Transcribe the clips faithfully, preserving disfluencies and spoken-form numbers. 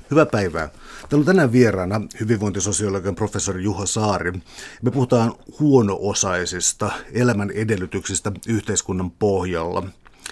Hyvää päivää. Täällä on tänään vieraana hyvinvointisosiologian professori Juha Saari. Me puhutaan huono-osaisista, elämän edellytyksistä yhteiskunnan pohjalla.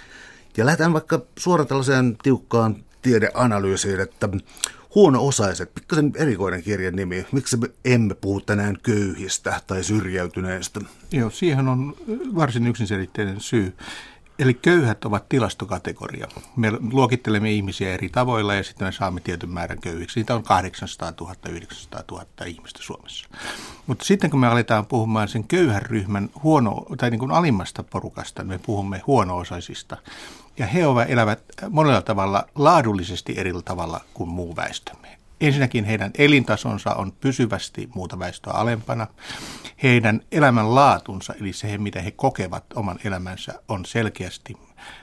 Ja lähdetään vaikka suoraan tällaiseen tiukkaan tiedeanalyysiin, että huono-osaiset, pikkasen erikoinen kirjan nimi. Miksi me emme puhu tänään köyhistä tai syrjäytyneistä? Joo, siihen on varsin yksiselitteinen syy. Eli köyhät ovat tilastokategoria. Me luokittelemme ihmisiä eri tavoilla ja sitten me saamme tietyn määrän köyhiksi. Niitä on kahdeksansataatuhatta yhdeksänsataatuhatta ihmistä Suomessa. Mutta sitten kun me aletaan puhumaan sen köyhän ryhmän huono, tai niin kuin alimmasta porukasta, me puhumme huono-osaisista. Ja he elävät monella tavalla laadullisesti eri tavalla kuin muu väestömme. Ensinnäkin heidän elintasonsa on pysyvästi muuta väestöä alempana. Heidän elämänlaatunsa, eli se, mitä he kokevat oman elämänsä, on selkeästi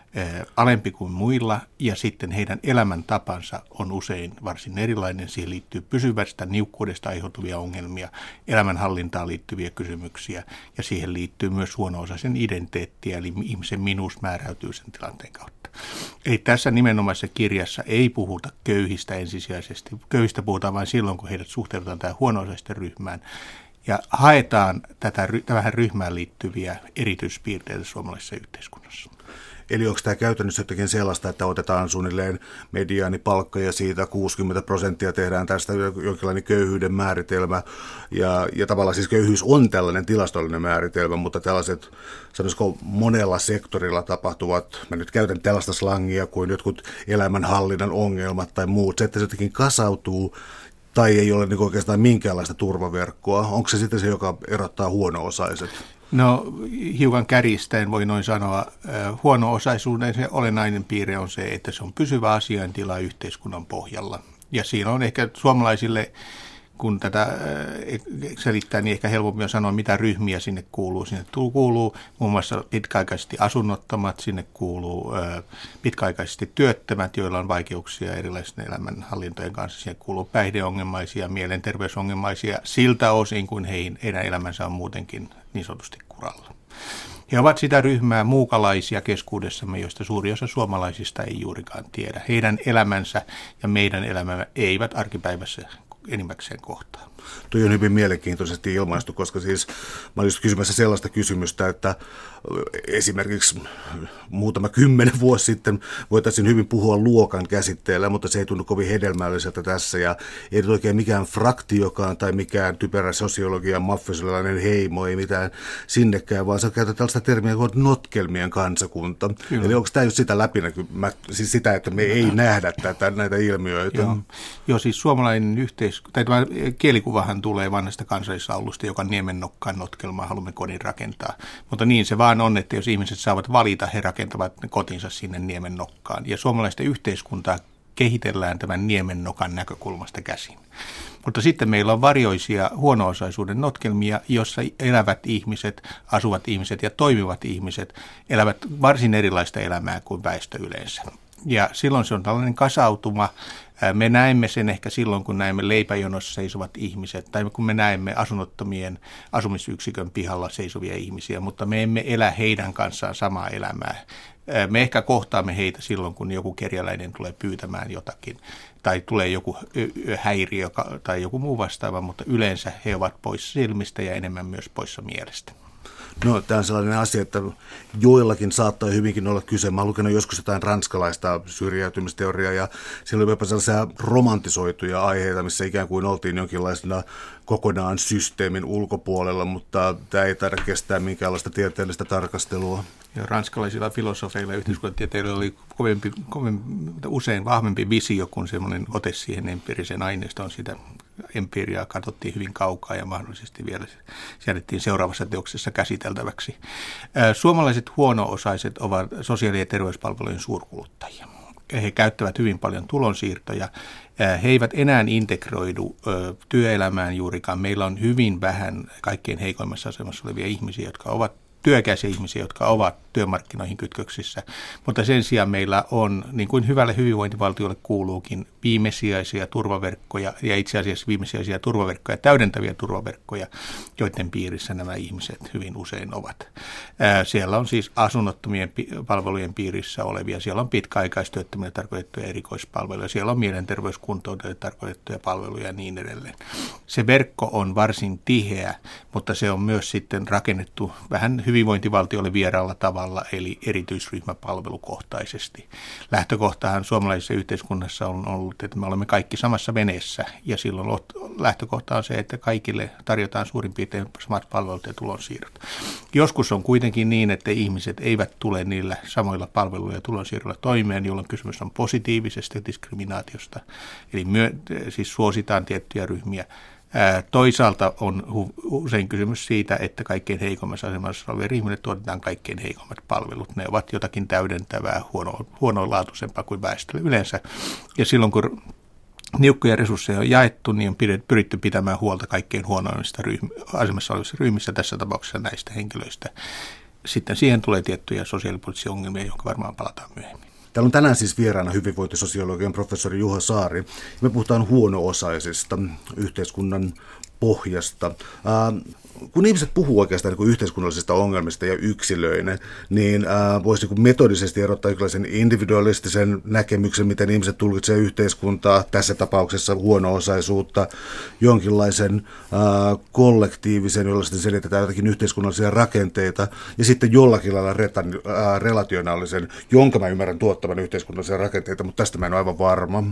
alempi kuin muilla, ja sitten heidän elämäntapansa on usein varsin erilainen. Siihen liittyy pysyvästä niukkuudesta aiheutuvia ongelmia, elämänhallintaan liittyviä kysymyksiä, ja siihen liittyy myös huono-osaisen identiteettiä, eli ihmisen minuus määräytyy sen tilanteen kautta. Eli tässä nimenomaisessa kirjassa ei puhuta köyhistä ensisijaisesti. Köyhistä puhutaan vain silloin, kun heidät suhteutetaan tähän huono-osaisten ryhmään, ja haetaan tätä, tähän ryhmään liittyviä erityispiirteitä suomalaisessa yhteiskunnassa. Eli onko tämä käytännössä jotenkin sellaista, että otetaan suunnilleen mediaanipalkka ja siitä kuusikymmentä prosenttia tehdään tästä jonkinlainen köyhyyden määritelmä. Ja, ja tavallaan siis köyhyys on tällainen tilastollinen määritelmä, mutta tällaiset, sanoisiko monella sektorilla tapahtuvat, mä nyt käytän tällaista slangia kuin jotkut elämänhallinnan ongelmat tai muut, se, että se jotenkin kasautuu tai ei ole niin oikeastaan minkäänlaista turvaverkkoa. Onko se sitten se, joka erottaa huono-osaiset? No hiukan kärjistäen voi noin sanoa. Huono-osaisuuden se olennainen piirre on se, että se on pysyvä asiaintila yhteiskunnan pohjalla. Ja siinä on ehkä suomalaisille, kun tätä selittää, niin ehkä helpompi on sanoa, mitä ryhmiä sinne kuuluu. Sinne kuuluu muun muassa pitkäaikaisesti asunnottomat, sinne kuuluu pitkäaikaisesti työttömät, joilla on vaikeuksia erilaisten elämänhallintojen kanssa. Sinne kuuluu päihdeongelmaisia, mielenterveysongelmaisia siltä osin, kuin heidän elämänsä on muutenkin niin sanotusti kuralla. He ovat sitä ryhmää muukalaisia keskuudessamme, joista suuri osa suomalaisista ei juurikaan tiedä. Heidän elämänsä ja meidän elämämme eivät arkipäivässä enimmäkseen kohtaa. Tuo on hyvin mielenkiintoisesti ilmaistu, koska siis mä olin just kysymässä sellaista kysymystä, että esimerkiksi muutama kymmenen vuosi sitten voitaisiin hyvin puhua luokan käsitteellä, mutta se ei tunnu kovin hedelmälliseltä tässä, ja ei nyt oikein mikään fraktiokaan tai mikään typerä sosiologian maffisolainen heimo, ei mitään sinnekään, vaan se käytetään tällaista termiä kuin notkelmien kansakunta. Kyllä. Eli onko tämä just sitä läpinäkymä, siis sitä, että me ei nähdä tätä, näitä ilmiöitä? Joo, Joo siis suomalainen yhteiskunta, tai tämä kielikuvahan tulee vanhasta kansallislaulusta, joka niemennokkaan notkelmaa haluamme kodin rakentaa, mutta niin se vaan on, että jos ihmiset saavat valita, he rakentavat kotinsa sinne niemennokkaan. Ja suomalaista yhteiskuntaa kehitellään tämän niemennokan näkökulmasta käsin. Mutta sitten meillä on varjoisia huono-osaisuuden notkelmia, jossa elävät ihmiset, asuvat ihmiset ja toimivat ihmiset elävät varsin erilaista elämää kuin väestö yleensä. Ja silloin se on tällainen kasautuma. Me näemme sen ehkä silloin, kun näemme leipäjonossa seisovat ihmiset, tai kun me näemme asunnottomien asumisyksikön pihalla seisovia ihmisiä, mutta me emme elä heidän kanssaan samaa elämää. Me ehkä kohtaamme heitä silloin, kun joku kerjäläinen tulee pyytämään jotakin, tai tulee joku häiriö tai joku muu vastaava, mutta yleensä he ovat poissa silmistä ja enemmän myös poissa mielestä. No, tämä on sellainen asia, että joillakin saattaa hyvinkin olla kyse. Mä olen lukenut joskus jotain ranskalaista syrjäytymisteoriaa, ja siellä oli jopa sellaisia romantisoituja aiheita, missä ikään kuin oltiin jonkinlaisena kokonaan systeemin ulkopuolella, mutta tämä ei taida kestää minkäänlaista tieteellistä tarkastelua. Ja ranskalaisilla filosofeilla ja yhteiskuntatieteilijöillä oli kovempi, kovempi, usein vahvempi visio kuin semmoinen ote siihen empiiriseen aineistoon. Sitä empiiriaa katsottiin hyvin kaukaa ja mahdollisesti vielä säädettiin seuraavassa teoksessa käsiteltäväksi. Suomalaiset huono-osaiset ovat sosiaali- ja terveyspalvelujen suurkuluttajia. He käyttävät hyvin paljon tulonsiirtoja. He eivät enää integroidu työelämään juurikaan. Meillä on hyvin vähän kaikkein heikoimmassa asemassa olevia ihmisiä, jotka ovat työikäisiä ihmisiä, jotka ovat työmarkkinoihin kytköksissä. Mutta sen sijaan meillä on, niin kuin hyvälle hyvinvointivaltiolle kuuluukin, viimesijaisia turvaverkkoja ja itse asiassa viimesijaisia turvaverkkoja, täydentäviä turvaverkkoja, joiden piirissä nämä ihmiset hyvin usein ovat. Siellä on siis asunnottomien palvelujen piirissä olevia, siellä on pitkäaikaistyöttömille tarkoitettuja erikoispalveluja, siellä on mielenterveyskuntoutujille tarkoitettuja palveluja ja niin edelleen. Se verkko on varsin tiheä, mutta se on myös sitten rakennettu vähän hyvinvointivaltiolle vieraalla tavalla, eli erityisryhmäpalvelukohtaisesti. Lähtökohtahan suomalaisessa yhteiskunnassa on ollut, että me olemme kaikki samassa veneessä, ja silloin lähtökohta on se, että kaikille tarjotaan suurin piirtein samat palvelut ja tulonsiirrot. Joskus on kuitenkin niin, että ihmiset eivät tule niillä samoilla palveluilla ja tulonsiirroilla toimeen, jolloin kysymys on positiivisesta diskriminaatiosta, eli myö, siis suositaan tiettyjä ryhmiä. Toisaalta on usein kysymys siitä, että kaikkein heikommassa asemassa oleville ihmisille tuotetaan kaikkein heikommat palvelut. Ne ovat jotakin täydentävää, huono, huonolaatuisempaa kuin väestölle yleensä. Ja silloin kun niukkoja resursseja on jaettu, niin on pyritty pitämään huolta kaikkein huonoimmista ryhmä, asemassa olevissa ryhmissä, tässä tapauksessa näistä henkilöistä. Sitten siihen tulee tiettyjä sosiaalipoliittisia ongelmia, jotka varmaan palataan myöhemmin. Täällä on tänään siis vieraana hyvinvointisosiologian professori Juha Saari. Me puhutaan huono-osaisesta yhteiskunnan pohjasta. Kun ihmiset puhuu oikeastaan niin yhteiskunnallisista ongelmista ja yksilöinä, niin voisi niin metodisesti erottaa jonkinlaisen individualistisen näkemyksen, miten ihmiset tulkitsevat yhteiskuntaa, tässä tapauksessa huono-osaisuutta, jonkinlaisen kollektiivisen, jolla sitten selitetään jotakin yhteiskunnallisia rakenteita, ja sitten jollakin lailla retan, relationaalisen, jonka mä ymmärrän tuottavan yhteiskunnallisia rakenteita, mutta tästä mä en ole aivan varma.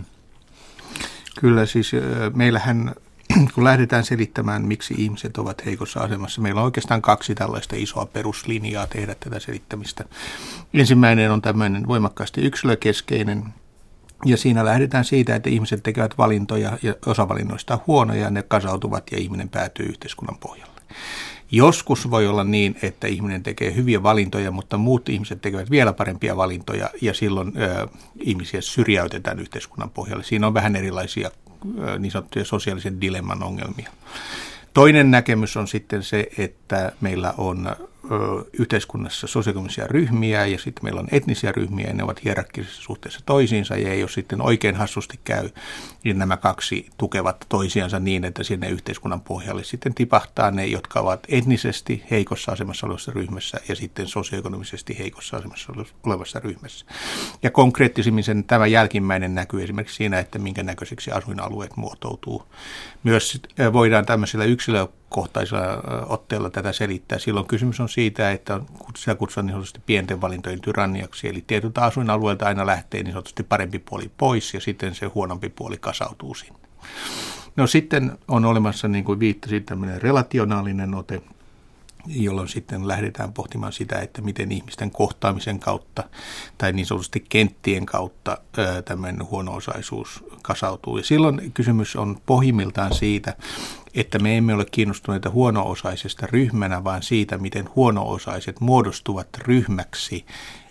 Kyllä siis meillähän, kun lähdetään selittämään, miksi ihmiset ovat heikossa asemassa, meillä on oikeastaan kaksi tällaista isoa peruslinjaa tehdä tätä selittämistä. Ensimmäinen on tämmöinen voimakkaasti yksilökeskeinen, ja siinä lähdetään siitä, että ihmiset tekevät valintoja, ja osa valinnoista on huonoja, ne kasautuvat ja ihminen päätyy yhteiskunnan pohjalle. Joskus voi olla niin, että ihminen tekee hyviä valintoja, mutta muut ihmiset tekevät vielä parempia valintoja, ja silloin ö, ihmisiä syrjäytetään yhteiskunnan pohjalle. Siinä on vähän erilaisia niin sanottuja sosiaalisen dilemman ongelmia. Toinen näkemys on sitten se, että meillä on ö, yhteiskunnassa sosioekonomisia ryhmiä ja sitten meillä on etnisiä ryhmiä ja ne ovat hierarkkisessa suhteessa toisiinsa ja jos sitten oikein hassusti käy, niin nämä kaksi tukevat toisiansa niin, että sinne yhteiskunnan pohjalle sitten tipahtaa ne, jotka ovat etnisesti heikossa asemassa olevassa ryhmässä ja sitten sosioekonomisesti heikossa asemassa olevassa ryhmässä. Ja konkreettisimmin sen tämä jälkimmäinen näkyy esimerkiksi siinä, että minkä näköiseksi asuinalueet muotoutuu. Myös voidaan tämmöisillä yksilökohtaisella otteella tätä selittää. Silloin kysymys on siitä, että sitä kutsutaan niin sanotusti pienten valintojen tyranniaksi, eli tietyltä asuinalueelta aina lähtee niin sanotusti parempi puoli pois ja sitten se huonompi puoli kasautuu sinne. No sitten on olemassa, niin kuin viittasin, tämmöinen relationaalinen ote, jolloin sitten lähdetään pohtimaan sitä, että miten ihmisten kohtaamisen kautta tai niin sanotusti kenttien kautta tämmöinen huono-osaisuus kasautuu. Ja silloin kysymys on pohjimmiltaan siitä, että me emme ole kiinnostuneita huono-osaisesta ryhmänä, vaan siitä, miten huono-osaiset muodostuvat ryhmäksi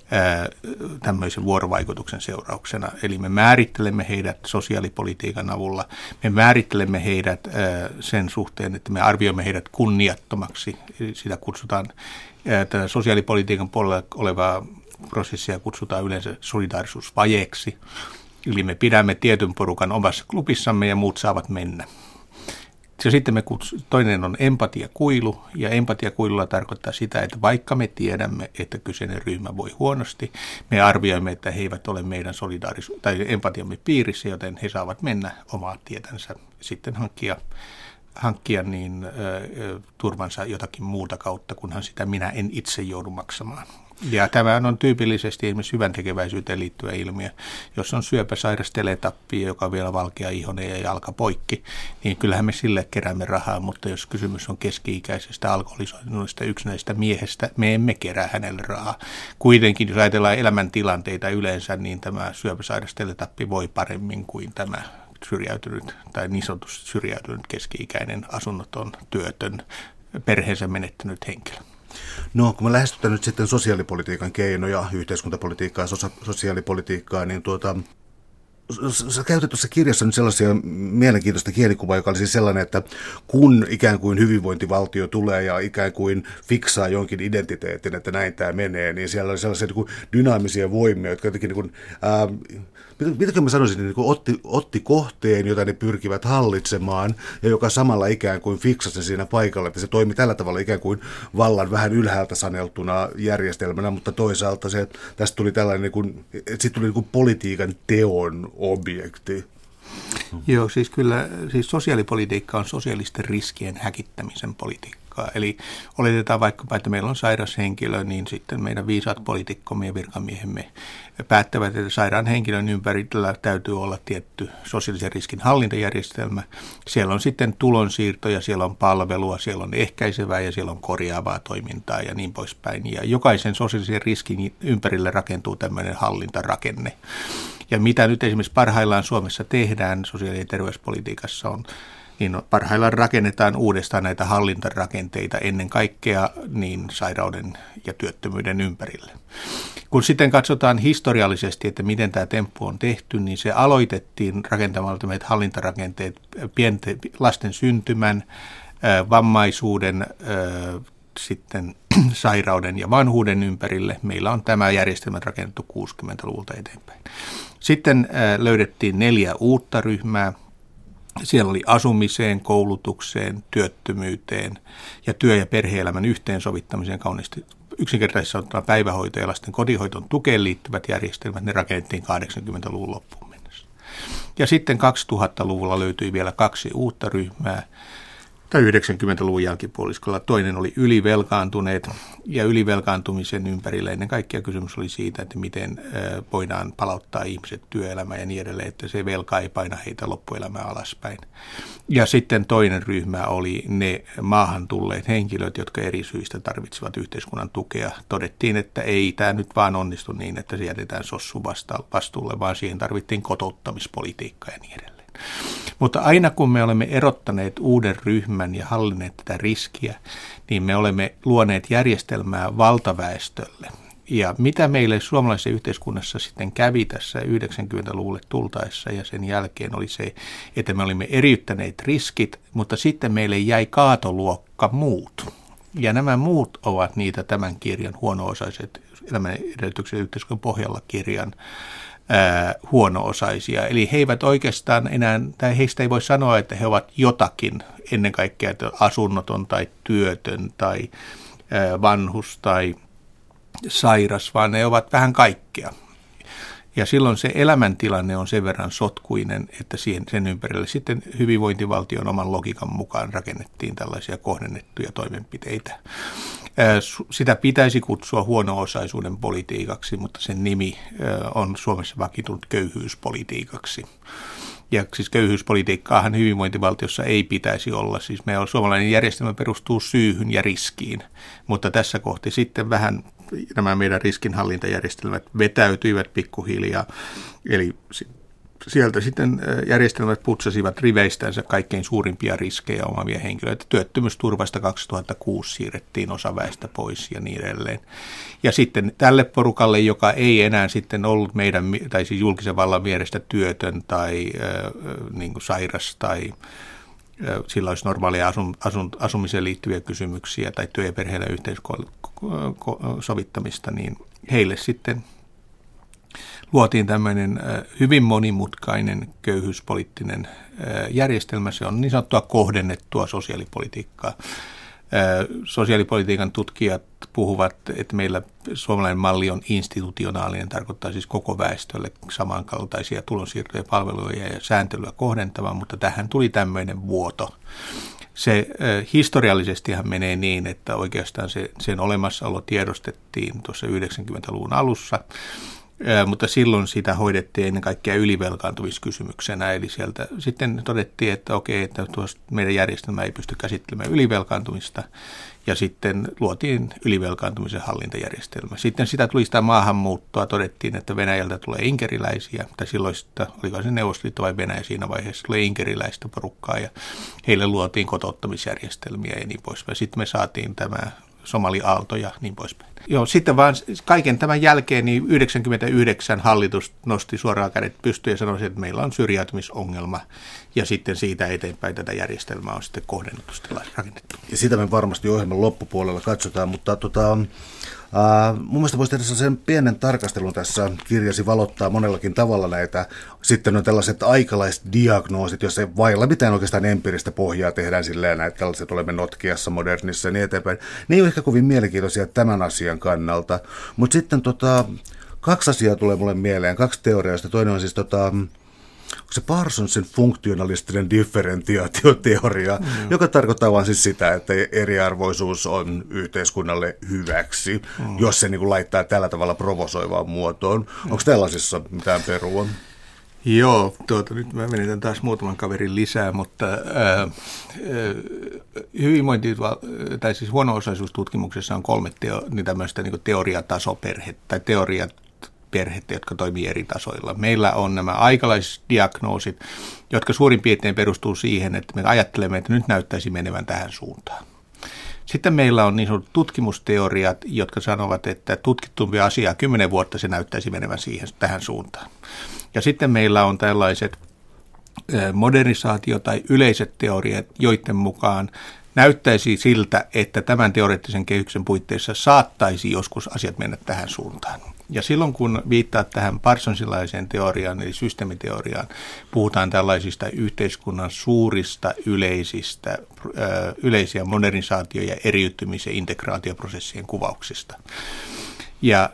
tämmöisen vuorovaikutuksen seurauksena. Eli me määrittelemme heidät sosiaalipolitiikan avulla, me määrittelemme heidät sen suhteen, että me arvioimme heidät kunniattomaksi. Sitä kutsutaan, tätä sosiaalipolitiikan puolella olevaa prosessia kutsutaan yleensä solidaarisuusvajeeksi. Eli me pidämme tietyn porukan omassa klubissamme ja muut saavat mennä. Ja sitten me kutsu, toinen on empatiakuilu, ja empatiakuilulla tarkoittaa sitä, että vaikka me tiedämme, että kyseinen ryhmä voi huonosti, me arvioimme, että he eivät ole meidän solidaarisu- tai empatiamme piirissä, joten he saavat mennä omaa tietänsä sitten hankkia, hankkia niin, ö, turvansa jotakin muuta kautta, kunhan sitä minä en itse joudu maksamaan. Ja tämä on tyypillisesti esimerkiksi hyväntekeväisyyteen liittyvä ilmiö. Jos on syöpäsairas teletappi, joka on vielä valkeaihoinen ja jalka poikki, niin kyllähän me sille keräämme rahaa, mutta jos kysymys on keski-ikäisestä alkoholisoituneesta yksinäisestä miehestä, me emme kerää hänelle rahaa. Kuitenkin, jos ajatellaan elämäntilanteita yleensä, niin tämä syöpäsairas teletappi voi paremmin kuin tämä syrjäytynyt tai niin sanotusti syrjäytynyt keski-ikäinen asunnoton, työtön, perheensä menettänyt henkilö. No, kun me lähestytään nyt sitten sosiaalipolitiikan keinoja, yhteiskuntapolitiikkaa ja sosiaalipolitiikkaa, niin tuota, sä käytät tuossa kirjassa nyt sellaisia mielenkiintoista kielikuvaa, joka oli siis sellainen, että kun ikään kuin hyvinvointivaltio tulee ja ikään kuin fiksaa jonkin identiteetin, että näin tämä menee, niin siellä oli sellaisia niin kuin dynaamisia voimia, jotka jotenkin, niin kuin, ää, mitäkö mä sanoisin, niin kuin otti, otti kohteen, jota ne pyrkivät hallitsemaan, ja joka samalla ikään kuin fiksasi siinä paikalla, että se toimi tällä tavalla ikään kuin vallan vähän ylhäältä saneltuna järjestelmänä, mutta toisaalta se, tästä tuli tällainen, niin kuin, että siitä tuli niin kuin politiikan teon objekti. Joo, siis kyllä siis sosiaalipolitiikka on sosiaalisten riskien häkittämisen politiikkaa. Eli oletetaan vaikkapa, että meillä on sairas henkilö, niin sitten meidän viisaat poliitikkomme ja virkamiehemme päättävät, että sairaan henkilön ympärillä täytyy olla tietty sosiaalisen riskin hallintajärjestelmä. Siellä on sitten tulonsiirtoja, siellä on palvelua, siellä on ehkäisevää ja siellä on korjaavaa toimintaa ja niin poispäin. Ja jokaisen sosiaalisen riskin ympärille rakentuu tämmöinen hallintarakenne. Ja mitä nyt esimerkiksi parhaillaan Suomessa tehdään sosiaali- ja terveyspolitiikassa on, niin parhaillaan rakennetaan uudestaan näitä hallintarakenteita ennen kaikkea niin sairauden ja työttömyyden ympärille. Kun sitten katsotaan historiallisesti, että miten tämä temppu on tehty, niin se aloitettiin rakentamalla meitä hallintarakenteet pienten lasten syntymän, vammaisuuden, sitten sairauden ja vanhuuden ympärille. Meillä on tämä järjestelmä rakennettu kuusikymmentäluvulta eteenpäin. Sitten löydettiin neljä uutta ryhmää. Siellä oli asumiseen, koulutukseen, työttömyyteen ja työ- ja perhe-elämän yhteensovittamiseen kauniisti. Yksinkertaisesti sanottuna päivähoito- ja lasten kotihoiton tukeen liittyvät järjestelmät, ne rakennettiin kahdeksankymmentäluvun loppuun mennessä. Ja sitten kaksituhattaluvulla löytyi vielä kaksi uutta ryhmää, tai yhdeksänkymmentäluvun jälkipuoliskolla. Toinen oli ylivelkaantuneet, ja ylivelkaantumisen ympärillä ennen kaikkea kysymys oli siitä, että miten voidaan palauttaa ihmiset työelämään ja niin edelleen, että se velka ei paina heitä loppuelämää alaspäin. Ja sitten toinen ryhmä oli ne maahan tulleet henkilöt, jotka eri syistä tarvitsevat yhteiskunnan tukea. Todettiin, että ei tämä nyt vaan onnistu niin, että se jätetään sossun vastuulle, vaan siihen tarvittiin kotouttamispolitiikkaa ja niin edelleen. Mutta aina kun me olemme erottaneet uuden ryhmän ja hallinneet tätä riskiä, niin me olemme luoneet järjestelmää valtaväestölle. Ja mitä meille suomalaisessa yhteiskunnassa sitten kävi tässä yhdeksänkymmentäluvulle tultaessa ja sen jälkeen oli se, että me olimme eriyttäneet riskit, mutta sitten meille jäi kaatoluokka muut. Ja nämä muut ovat niitä tämän kirjan huono-osaiset elämän edellytyksen yhteiskunnan pohjalla kirjan Ää, huono-osaisia. Eli he eivät oikeastaan enää, tai heistä ei voi sanoa, että he ovat jotakin, ennen kaikkea että asunnoton tai työtön tai ää, vanhus tai sairas, vaan ne ovat vähän kaikkea. Ja silloin se elämäntilanne on sen verran sotkuinen, että siihen, sen ympärille sitten hyvinvointivaltion oman logiikan mukaan rakennettiin tällaisia kohdennettuja toimenpiteitä. Sitä pitäisi kutsua huono-osaisuuden politiikaksi, mutta sen nimi on Suomessa vakiintunut köyhyyspolitiikaksi. Ja siis köyhyyspolitiikkaahan hyvinvointivaltiossa ei pitäisi olla. Siis meidän suomalainen järjestelmä perustuu syyhyn ja riskiin, mutta tässä kohti sitten vähän nämä meidän riskinhallintajärjestelmät vetäytyivät pikkuhiljaa. Eli sieltä sitten järjestelmät putsasivat riveistänsä kaikkein suurimpia riskejä omavia henkilöitä. Työttömyysturvasta kaksituhattakuusi siirrettiin osa väestä pois ja niin edelleen. Ja sitten tälle porukalle, joka ei enää sitten ollut meidän, tai siis julkisen vallan vierestä työtön tai äh, niin kuin sairas tai äh, sillä olisi normaalia asun, asun, asumiseen liittyviä kysymyksiä tai työ- ja perheellä yhteensovittamista, niin heille sitten luotiin tämmöinen hyvin monimutkainen köyhyyspoliittinen järjestelmä. Se on niin sanottua kohdennettua sosiaalipolitiikkaa. Sosiaalipolitiikan tutkijat puhuvat, että meillä suomalainen malli on institutionaalinen, tarkoittaa siis koko väestölle samankaltaisia tulonsiirtoja, palveluja ja sääntelyä kohdentava, mutta tähän tuli tämmöinen vuoto. Se äh, historiallisestihan menee niin, että oikeastaan se, sen olemassaolo tiedostettiin tuossa yhdeksänkymmentäluvun alussa, mutta silloin sitä hoidettiin ennen kaikkea ylivelkaantumiskysymyksenä, eli sieltä sitten todettiin, että okei, että tuosta meidän järjestelmä ei pysty käsittelemään ylivelkaantumista, ja sitten luotiin ylivelkaantumisen hallintajärjestelmä. Sitten sitä tuli sitä maahanmuuttoa, todettiin, että Venäjältä tulee inkeriläisiä, tai silloin sitä, oliko se Neuvostoliitto vai Venäjä siinä vaiheessa, tulee inkeriläistä porukkaa, ja heille luotiin kotouttamisjärjestelmiä ja niin poispäin. Sitten me saatiin tämä Somali-aalto ja niin poispäin. Joo, sitten vaan kaiken tämän jälkeen niin yhdeksänkymmentäyhdeksän hallitus nosti suoraan kädet pystyyn ja sanoi, että meillä on syrjäytymisongelma ja sitten siitä eteenpäin tätä järjestelmää on sitten kohdennetusti rakennettu. Ja sitä me varmasti ohjelman loppupuolella katsotaan, mutta tota, Äh, mun mielestä voisi tehdä sen pienen tarkastelun tässä. Kirjasi valottaa monellakin tavalla näitä. Sitten on tällaiset aikalaisdiagnoosit, jos ei vailla mitään oikeastaan empiiristä pohjaa tehdään silleen, että tällaiset olemme Notkiassa, modernissa ja niin eteenpäin. Ne ei ole ehkä kovin mielenkiintoisia tämän asian kannalta. Mutta sitten tota, kaksi asiaa tulee mulle mieleen, kaksi teoriaa, joista toinen on siis tota, se Parsonsin funktionalistinen differentiaatioteoria, mm. joka tarkoittaa vain siis sitä, että eriarvoisuus on yhteiskunnalle hyväksi, mm. jos se niin kuin laittaa tällä tavalla provosoivaan muotoon. Mm. Onko tällaisissa mitään perua? Joo, tuota, nyt mä menetän taas muutaman kaverin lisää, mutta ää, hyvinvointi, tai siis huono-osaisuustutkimuksessa on kolme teo, niin tämmöistä niin kuin teoriatasoperhettä, tai teoriat, perhettä, jotka toimii eri tasoilla. Meillä on nämä aikalaisdiagnoosit, jotka suurin piirtein perustuu siihen, että me ajattelemme, että nyt näyttäisi menevän tähän suuntaan. Sitten meillä on niin sanotut tutkimusteoriat, jotka sanovat, että tutkittumpia asiaa kymmenen vuotta se näyttäisi menevän siihen, tähän suuntaan. Ja sitten meillä on tällaiset modernisaatio- tai yleiset teoriat, joiden mukaan näyttäisi siltä, että tämän teoreettisen kehyksen puitteissa saattaisi joskus asiat mennä tähän suuntaan. Ja silloin kun viittaat tähän Parsonsilaiseen teoriaan, eli systeemiteoriaan, puhutaan tällaisista yhteiskunnan suurista yleisistä, yleisiä modernisaatio- ja eriytymis- ja integraatioprosessien kuvauksista. Ja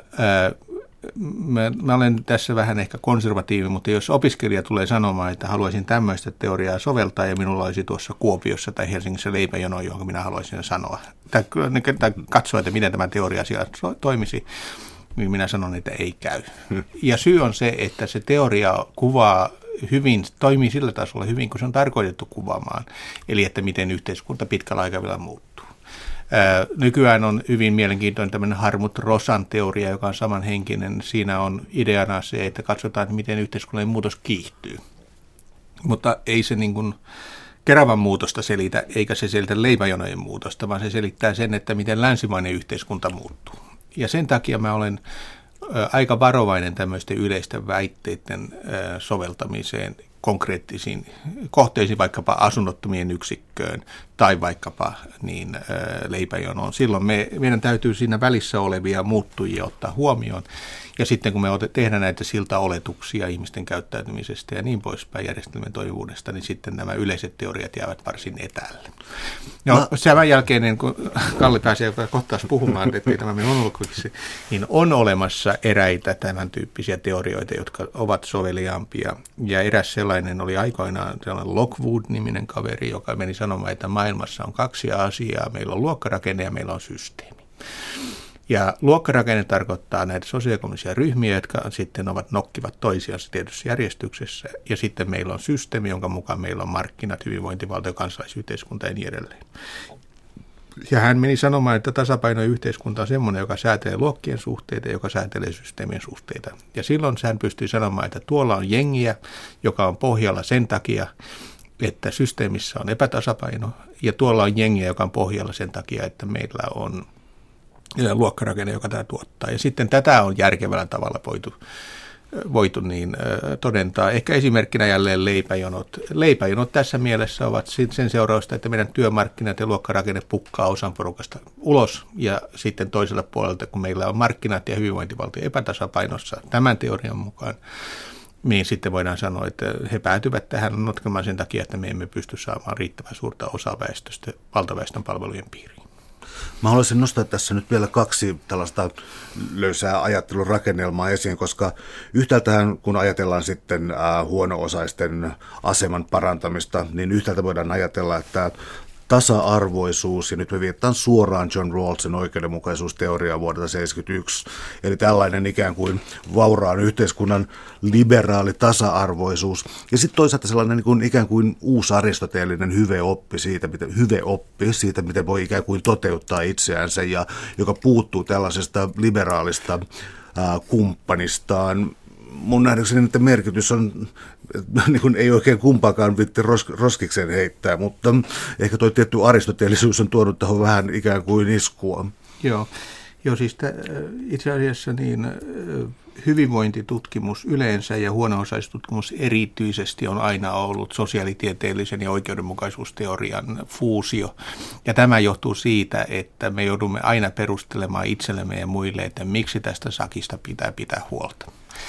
Mä, mä olen tässä vähän ehkä konservatiivi, mutta jos opiskelija tulee sanomaan, että haluaisin tämmöistä teoriaa soveltaa ja minulla olisi tuossa Kuopiossa tai Helsingissä leipäjono, johon minä haluaisin sanoa, tai, tai katsoa, että miten tämä teoria siellä toimisi, niin minä sanon, että ei käy. Ja syy on se, että se teoria kuvaa hyvin, toimii sillä tasolla hyvin, kun se on tarkoitettu kuvaamaan, eli että miten yhteiskunta pitkällä aikavälillä muuttuu. Nykyään on hyvin mielenkiintoinen tämmöinen Harmut Rosan teoria, joka on samanhenkinen. Siinä on ideana se, että katsotaan, miten yhteiskunnallinen muutos kiihtyy. Mutta ei se niin kuin Keravan muutosta selitä, eikä se selitä leipäjonojen muutosta, vaan se selittää sen, että miten länsimainen yhteiskunta muuttuu. Ja sen takia mä olen aika varovainen tämmöisten yleisten väitteiden soveltamiseen konkreettisiin kohteisiin, vaikkapa asunnottomien yksikköön tai vaikkapa niin, leipäjonoon. Silloin me, meidän täytyy siinä välissä olevia muuttujia ottaa huomioon. Ja sitten kun me tehdään näitä siltaoletuksia ihmisten käyttäytymisestä ja niin poispäin järjestelmän toimivuudesta, niin sitten nämä yleiset teoriat jäävät varsin etäälle. No, no. Sen jälkeen, kun Kalle pääsee kohta puhumaan, ettei tämä minun monologiksi, niin on olemassa eräitä tämän tyyppisiä teorioita, jotka ovat soveliaampia. Ja eräs sellainen oli aikoinaan sellainen Lockwood-niminen kaveri, joka meni sanomaan, että maailmassa on kaksi asiaa. Meillä on luokkarakenne ja meillä on systeemi. Ja luokkarakenne tarkoittaa näitä sosioekonomisia ryhmiä, jotka sitten ovat nokkivat toisiansa tietyssä järjestyksessä. Ja sitten meillä on systeemi, jonka mukaan meillä on markkinat, hyvinvointivaltio, kansalaisyhteiskunta ja niin edelleen. Ja hän meni sanomaan, että tasapainoinen yhteiskunta on semmoinen, joka säätelee luokkien suhteita ja joka säätelee systeemien suhteita. Ja silloin hän pystyi sanomaan, että tuolla on jengiä, joka on pohjalla sen takia, että systeemissä on epätasapaino. Ja tuolla on jengiä, joka on pohjalla sen takia, että meillä on luokkarakenne, joka tämä tuottaa. Ja sitten tätä on järkevällä tavalla voitu, voitu niin, äh, todentaa. Ehkä esimerkkinä jälleen leipäjonot. Leipäjonot tässä mielessä ovat sen seurausta, että meidän työmarkkinat ja luokkarakenne pukkaa osan porukasta ulos. Ja sitten toisella puolelta, kun meillä on markkinat ja hyvinvointivaltio epätasapainossa tämän teorian mukaan, niin sitten voidaan sanoa, että he päätyvät tähän notkemaan sen takia, että me emme pysty saamaan riittävän suurta osaa väestöstä valtaväestön palvelujen piiriin. Mä haluaisin nostaa tässä nyt vielä kaksi tällaista löysää ajattelun rakennelmaa esiin, koska yhtäältä kun ajatellaan sitten äh, huono-osaisten aseman parantamista, niin yhtäältä voidaan ajatella, että tasa-arvoisuus, ja nyt me viittaan suoraan John Rawlsin oikeudenmukaisuusteoriaa vuodelta seitsemänkymmentäyksi, eli tällainen ikään kuin vauraan yhteiskunnan liberaali tasa-arvoisuus, ja sitten toisaalta sellainen niin kuin ikään kuin uusi aristoteellinen hyveoppi siitä, miten, hyveoppi siitä, miten voi ikään kuin toteuttaa itseänsä, ja joka puuttuu tällaisesta liberaalista ää, kumppanistaan. Mun nähdäkseni, että merkitys on niin kuin ei oikein kumpaakaan vitti ros, roskikseen heittää, mutta ehkä tuo tietty aristoteellisuus on tuonut tähän vähän ikään kuin iskua. Joo, Joo siis t- itse asiassa niin hyvinvointitutkimus yleensä ja huono-osaistutkimus erityisesti on aina ollut sosiaalitieteellisen ja oikeudenmukaisuusteorian fuusio. Ja tämä johtuu siitä, että me joudumme aina perustelemaan itsellemme ja muille, että miksi tästä sakista pitää pitää huolta.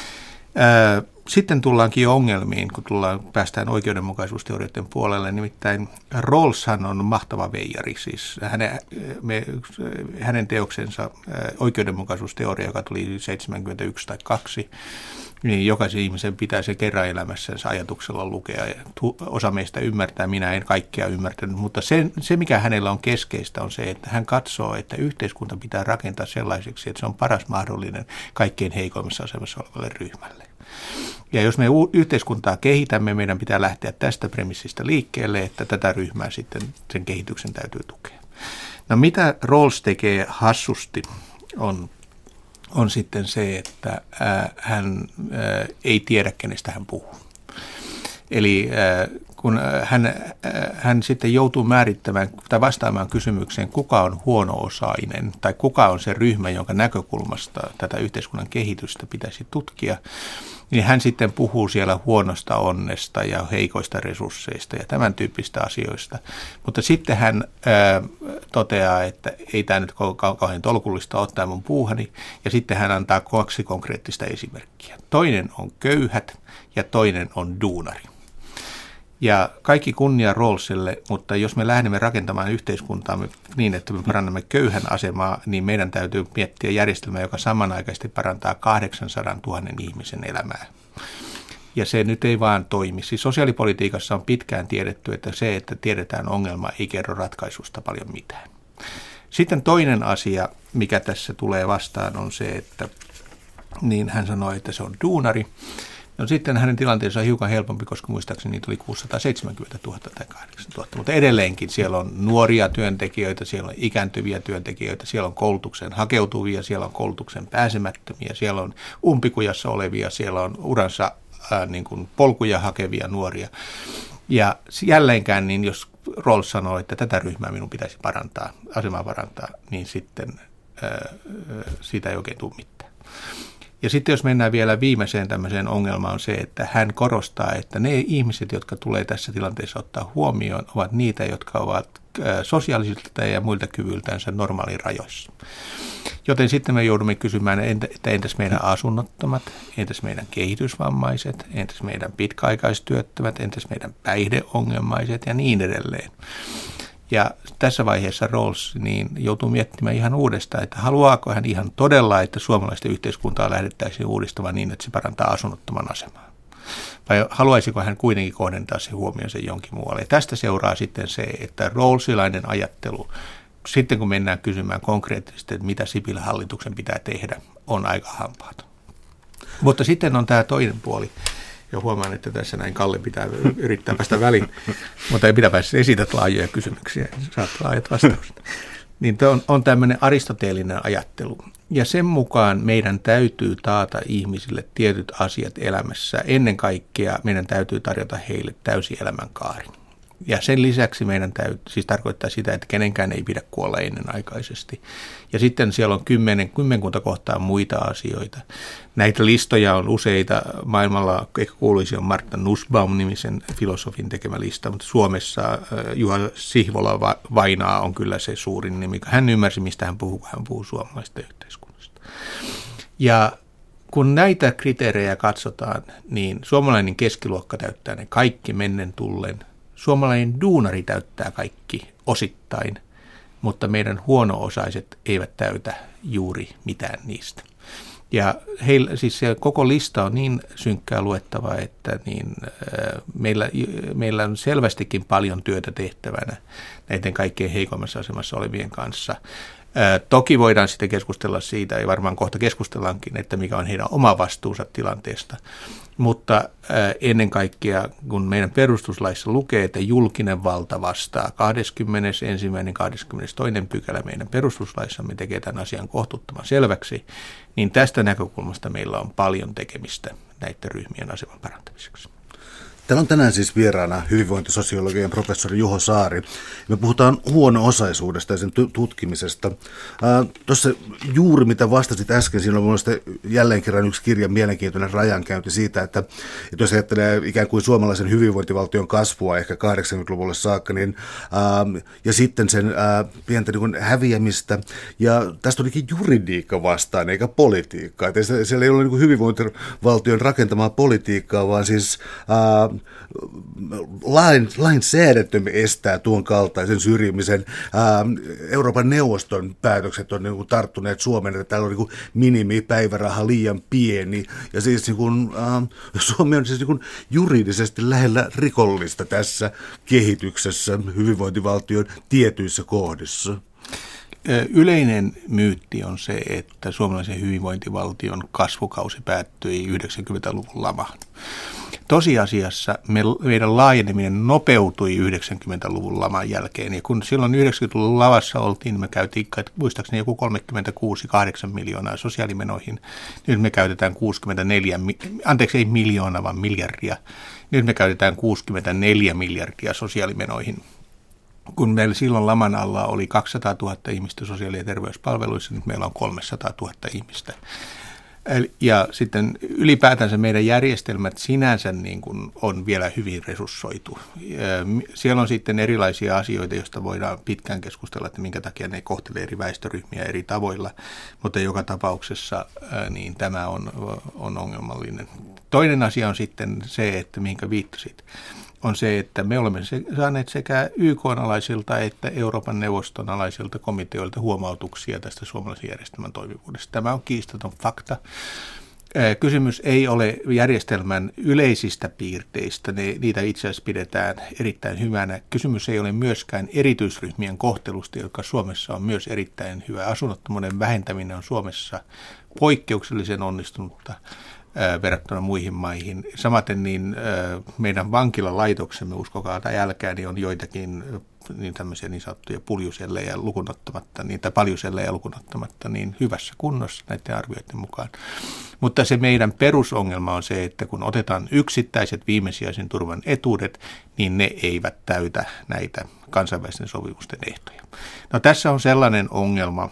Sitten tullaankin ongelmiin, kun tullaan, päästään oikeudenmukaisuusteorioiden puolelle. Nimittäin Rawlshan on mahtava veijari. Siis hänen, me, hänen teoksensa oikeudenmukaisuusteoria, joka tuli seitsemänkymmentäyksi tai kaksi, niin jokaisen ihmisen pitää se kerran elämässänsä ajatuksella lukea. Osa meistä ymmärtää, minä en kaikkea ymmärtänyt, mutta se, se mikä hänellä on keskeistä on se, että hän katsoo, että yhteiskunta pitää rakentaa sellaiseksi, että se on paras mahdollinen kaikkein heikoimmassa asemassa olevalle ryhmälle. Ja jos me yhteiskuntaa kehitämme, meidän pitää lähteä tästä premissistä liikkeelle, että tätä ryhmää sitten sen kehityksen täytyy tukea. No mitä Rawls tekee hassusti on, on sitten se, että ää, hän ää, ei tiedä, kenestä hän puhuu. Eli ää, kun hän, hän sitten joutuu määrittämään tai vastaamaan kysymykseen, kuka on huono-osainen tai kuka on se ryhmä, jonka näkökulmasta tätä yhteiskunnan kehitystä pitäisi tutkia, niin hän sitten puhuu siellä huonosta onnesta ja heikoista resursseista ja tämän tyyppistä asioista. Mutta sitten hän ää, toteaa, että ei tämä nyt kauhean tolkullista ole tämä mun puuhani, ja sitten hän antaa kaksi konkreettista esimerkkiä. Toinen on köyhät ja toinen on duunari. Ja kaikki kunnia Rawlsille, mutta jos me lähdemme rakentamaan yhteiskuntaa niin, että me parannamme köyhän asemaa, niin meidän täytyy miettiä järjestelmää, joka samanaikaisesti parantaa kahdeksansadantuhannen ihmisen elämää. Ja se nyt ei vaan toimi. Siis sosiaalipolitiikassa on pitkään tiedetty, että se, että tiedetään ongelma, ei kerro ratkaisusta paljon mitään. Sitten toinen asia, mikä tässä tulee vastaan, on se, että niin hän sanoi, että se on duunari. No sitten hänen tilanteensa on hiukan helpompi, koska muistaakseni niitä oli kuusisataaseitsemänkymmentätuhatta tai kahdeksantuhatta, mutta edelleenkin siellä on nuoria työntekijöitä, siellä on ikääntyviä työntekijöitä, siellä on koulutukseen hakeutuvia, siellä on koulutukseen pääsemättömiä, siellä on umpikujassa olevia, siellä on uransa ää, niin kuin polkuja hakevia nuoria. Ja jälleenkään, niin jos Rawls sanoo, että tätä ryhmää minun pitäisi parantaa, asemaa parantaa, niin sitten ää, siitä ei oikein tule mitään. Ja sitten jos mennään vielä viimeiseen tämmöiseen ongelmaan on se, että hän korostaa, että ne ihmiset, jotka tulee tässä tilanteessa ottaa huomioon, ovat niitä, jotka ovat sosiaalisilta ja muilta kyvyltänsä normaalin rajoissa. Joten sitten me joudumme kysymään, että entäs meidän asunnottomat, entäs meidän kehitysvammaiset, entäs meidän pitkäaikaistyöttömät, entäs meidän päihdeongelmaiset ja niin edelleen. Ja tässä vaiheessa Rawls niin joutuu miettimään ihan uudestaan, että haluaako hän ihan todella, että suomalaisten yhteiskuntaa lähdettäisiin uudistamaan niin, että se parantaa asunnottoman asemaa. Vai haluaisiko hän kuitenkin kohdentaa se huomioon sen jonkin muualle. Ja tästä seuraa sitten se, että Rawlsilainen ajattelu, sitten kun mennään kysymään konkreettisesti, että mitä Sipilän hallituksen pitää tehdä, on aika hampaaton. Mutta sitten on tämä toinen puoli. Ja huomaan, että tässä näin Kalle pitää yrittää päästä väliin, mutta ei pitää päästä esität laajoja kysymyksiä, saat laajat vastaukset. Niin on, on tämmöinen aristoteellinen ajattelu. Ja sen mukaan meidän täytyy taata ihmisille tietyt asiat elämässä. Ennen kaikkea meidän täytyy tarjota heille täysi elämänkaari. Ja sen lisäksi meidän täytyy, siis tarkoittaa sitä, että kenenkään ei pidä kuolla ennenaikaisesti. Ja sitten siellä on kymmenen, kymmenkunta kohtaa muita asioita. Näitä listoja on useita. Maailmalla ehkä kuuluisi on Martha Nussbaum-nimisen filosofin tekemä lista, mutta Suomessa Juha Sihvola Vainaa on kyllä se suurin nimi. Hän ymmärsi, mistä hän puhuu, kun hän puhuu suomalaisesta yhteiskunnasta. Ja kun näitä kriteerejä katsotaan, niin suomalainen keskiluokka täyttää ne kaikki mennen tullen. Suomalainen duunari täyttää kaikki osittain, mutta meidän huono-osaiset eivät täytä juuri mitään niistä. Ja heillä, siis se koko lista on niin synkkää luettavaa, että niin, äh, meillä, meillä on selvästikin paljon työtä tehtävänä näiden kaikkein heikoimmassa asemassa olevien kanssa. Toki voidaan sitten keskustella siitä, ja varmaan kohta keskustellaankin, että mikä on heidän oma vastuunsa tilanteesta. Mutta ennen kaikkea, kun meidän perustuslaissa lukee, että julkinen valta vastaa kahdeskymmenesensimmäinen kahdeskymmenestoinen pykälä meidän perustuslaissamme tekee tämän asian kohtuuttoman selväksi, niin tästä näkökulmasta meillä on paljon tekemistä näiden ryhmien aseman parantamiseksi. Täällä on tänään siis vieraana hyvinvointisosiologian professori Juho Saari. Me puhutaan huono-osaisuudesta ja sen tutkimisesta. Tuossa juuri mitä vastasit äsken, siinä on mielestäni jälleen kerran yksi kirjan mielenkiintoinen rajankäynti siitä, että, että jos ajattelee ikään kuin suomalaisen hyvinvointivaltion kasvua ehkä kahdeksankymmentäluvulle saakka, niin, ää, ja sitten sen ää, pientä niin kuin häviämistä, ja tästä olikin juridiikka vastaan eikä politiikkaa. Että siellä ei ole niin kuin hyvinvointivaltion rakentamaa politiikkaa, vaan siis ää, lain, lainsäädäntö estää tuon kaltaisen syrjimisen. Ää, Euroopan neuvoston päätökset on niin kuin tarttuneet Suomeen, että täällä on niin kuin minimipäiväraha liian pieni. Ja siis niin kuin, ää, Suomi on siis niin kuin juridisesti lähellä rikollista tässä kehityksessä hyvinvointivaltion tietyissä kohdissa. Yleinen myytti on se, että suomalaisen hyvinvointivaltion kasvukausi päättyi yhdeksänkymmentäluvun lamaan. Tosiasiassa me, meidän laajeneminen nopeutui yhdeksänkymmentäluvun laman jälkeen, ja kun silloin yhdeksänkymmentäluvun lavassa oltiin, niin me käytiin muistaakseni joku kolmekymmentäkuusi kahdeksan miljoonaa sosiaalimenoihin. Nyt me käytetään kuusikymmentäneljä, anteeksi ei miljoonaa, vaan miljardia. Nyt me käytetään kuusikymmentäneljä miljardia sosiaalimenoihin. Kun meillä silloin laman alla oli kaksisataatuhatta ihmistä sosiaali- ja terveyspalveluissa, nyt meillä on kolmesataatuhatta ihmistä. Ja sitten ylipäätänsä meidän järjestelmät sinänsä niin kuin on vielä hyvin resurssoitu. Siellä on sitten erilaisia asioita, joista voidaan pitkään keskustella, että minkä takia ne kohtelee eri väestöryhmiä eri tavoilla, mutta joka tapauksessa niin tämä on, on ongelmallinen. Toinen asia on sitten se, että minkä viittasit, on se, että me olemme saaneet sekä Y K-alaisilta että Euroopan neuvoston alaisilta komiteoilta huomautuksia tästä suomalaisen järjestelmän toimivuudesta. Tämä on kiistaton fakta. Kysymys ei ole järjestelmän yleisistä piirteistä, ne, niitä itse asiassa pidetään erittäin hyvänä. Kysymys ei ole myöskään erityisryhmien kohtelusta, joka Suomessa on myös erittäin hyvä. Asunnottomuuden vähentäminen on Suomessa poikkeuksellisen onnistunutta verrattuna muihin maihin. Samaten niin meidän vankilalaitoksemme, uskokaa tai älkää, niin on joitakin niin tämmöisiä niin sanottuja puljusellejä lukunottamatta, niitä paljusellejä lukunottamatta, niin hyvässä kunnossa näiden arvioiden mukaan. Mutta se meidän perusongelma on se, että kun otetaan yksittäiset viimesijaisen turvan etuudet, niin ne eivät täytä näitä kansainvälisten sopimusten ehtoja. No tässä on sellainen ongelma,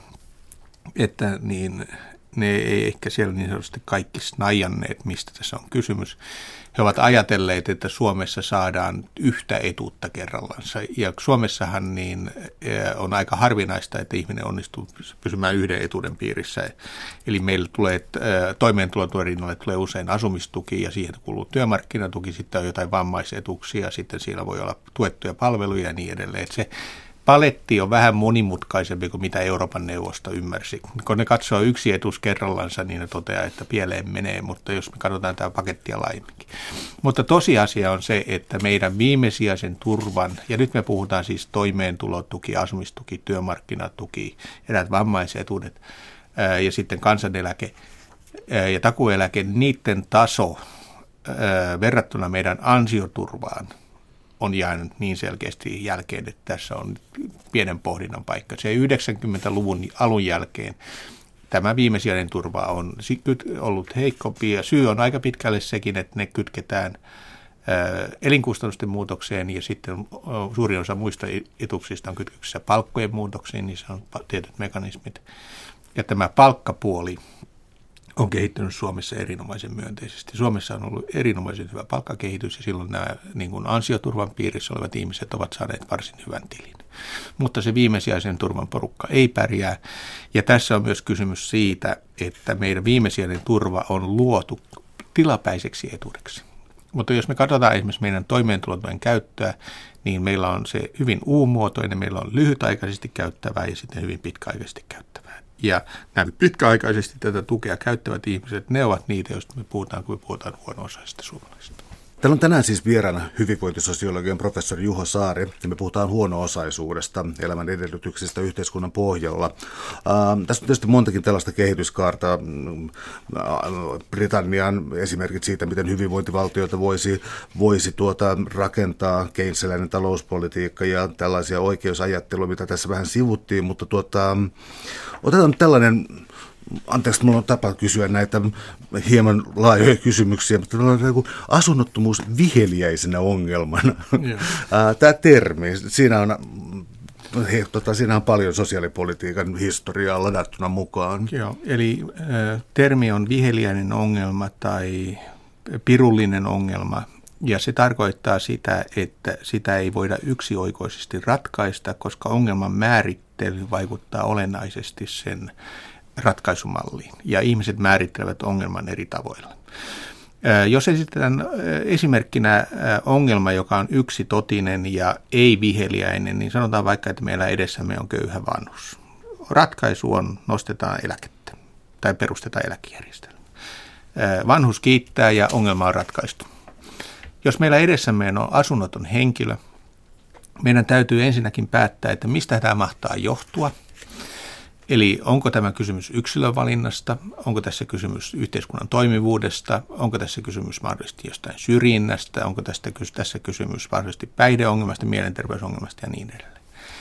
että niin ne ei ehkä siellä niin sanotusti kaikki snaijanneet, mistä tässä on kysymys. He ovat ajatelleet, että Suomessa saadaan yhtä etuutta kerrallansa. Ja Suomessahan niin on aika harvinaista, että ihminen onnistuu pysymään yhden etuuden piirissä. Eli meillä tulee toimeentulotuen rinnalle tulee usein asumistuki ja siihen kuuluu työmarkkinatuki, sitten on jotain vammaisetuuksia, sitten siellä voi olla tuettuja palveluja ja niin edelleen. Että se paletti on vähän monimutkaisempi kuin mitä Euroopan neuvosto ymmärsi. Kun ne katsoo yksi etuus kerrallansa, niin ne toteaa, että pieleen menee, mutta jos me katsotaan tämä pakettia laajemminkin. Mutta tosiasia on se, että meidän viimesijaisen turvan, ja nyt me puhutaan siis toimeentulotuki, asumistuki, työmarkkinatuki, eräät vammaisetuudet ja sitten kansaneläke ja takuueläke, niiden taso verrattuna meidän ansioturvaan on jäänyt niin selkeästi jälkeen, että tässä on pienen pohdinnan paikka. Se yhdeksänkymmentäluvun alun jälkeen tämä viimesijainen turva on ollut heikompi ja syy on aika pitkälle sekin, että ne kytketään elinkustannusten muutokseen ja sitten suurin osa muista etuuksista on kytköksissä palkkojen muutoksiin, niin se on tietyt mekanismit. Ja tämä palkkapuoli on kehittynyt Suomessa erinomaisen myönteisesti. Suomessa on ollut erinomaisen hyvä palkkakehitys ja silloin nämä niin kuin ansioturvan piirissä olevat ihmiset ovat saaneet varsin hyvän tilin. Mutta se viimesijaisen turvan porukka ei pärjää. Ja tässä on myös kysymys siitä, että meidän viimesijainen turva on luotu tilapäiseksi etuudeksi. Mutta jos me katsotaan esimerkiksi meidän toimeentulotuen käyttöä, niin meillä on se hyvin U-muotoinen, meillä on lyhytaikaisesti käyttävää ja sitten hyvin pitkäaikaisesti käyttävää. Ja nämä pitkäaikaisesti tätä tukea käyttävät ihmiset, ne ovat niitä, joista me puhutaan, kun me puhutaan huono-osaisista suomalaisista. Täällä on tänään siis vieraana hyvinvointisosiologian professori Juho Saari, ja me puhutaan huono-osaisuudesta, elämän edellytyksistä yhteiskunnan pohjalla. Äh, tässä on tietysti montakin tällaista kehityskaarta. Äh, Britannian esimerkit siitä, miten hyvinvointivaltioita voisi, voisi tuota, rakentaa, keynesiläinen talouspolitiikka ja tällaisia oikeusajatteluja, mitä tässä vähän sivuttiin, mutta tuota, otetaan tällainen anteeksi, minulla on tapa kysyä näitä hieman laajoja kysymyksiä, mutta asunnottomuus viheliäisenä ongelmana. Tämä termi, siinä on, he, tota, siinä on paljon sosiaalipolitiikan historiaa ladattuna mukaan. Joo, eli äh, termi on viheliäinen ongelma tai pirullinen ongelma. Ja se tarkoittaa sitä, että sitä ei voida yksioikoisesti ratkaista, koska ongelman määrittely vaikuttaa olennaisesti sen ratkaisumalliin. Ja ihmiset määrittelevät ongelman eri tavoilla. Jos esitetään esimerkkinä ongelma, joka on yksitotinen ja ei viheliäinen, niin sanotaan vaikka, että meillä edessämme on köyhä vanhus. Ratkaisu on nostetaan eläkettä tai perustetaan eläkejärjestelmä. Vanhus kiittää ja ongelma on ratkaistu. Jos meillä edessämme on asunnoton henkilö, meidän täytyy ensinnäkin päättää, että mistä tämä mahtaa johtua. Eli onko tämä kysymys yksilövalinnasta, onko tässä kysymys yhteiskunnan toimivuudesta, onko tässä kysymys mahdollisesti jostain syrjinnästä, onko tästä, tässä kysymys mahdollisesti päihdeongelmasta, mielenterveysongelmasta ja niin edelleen.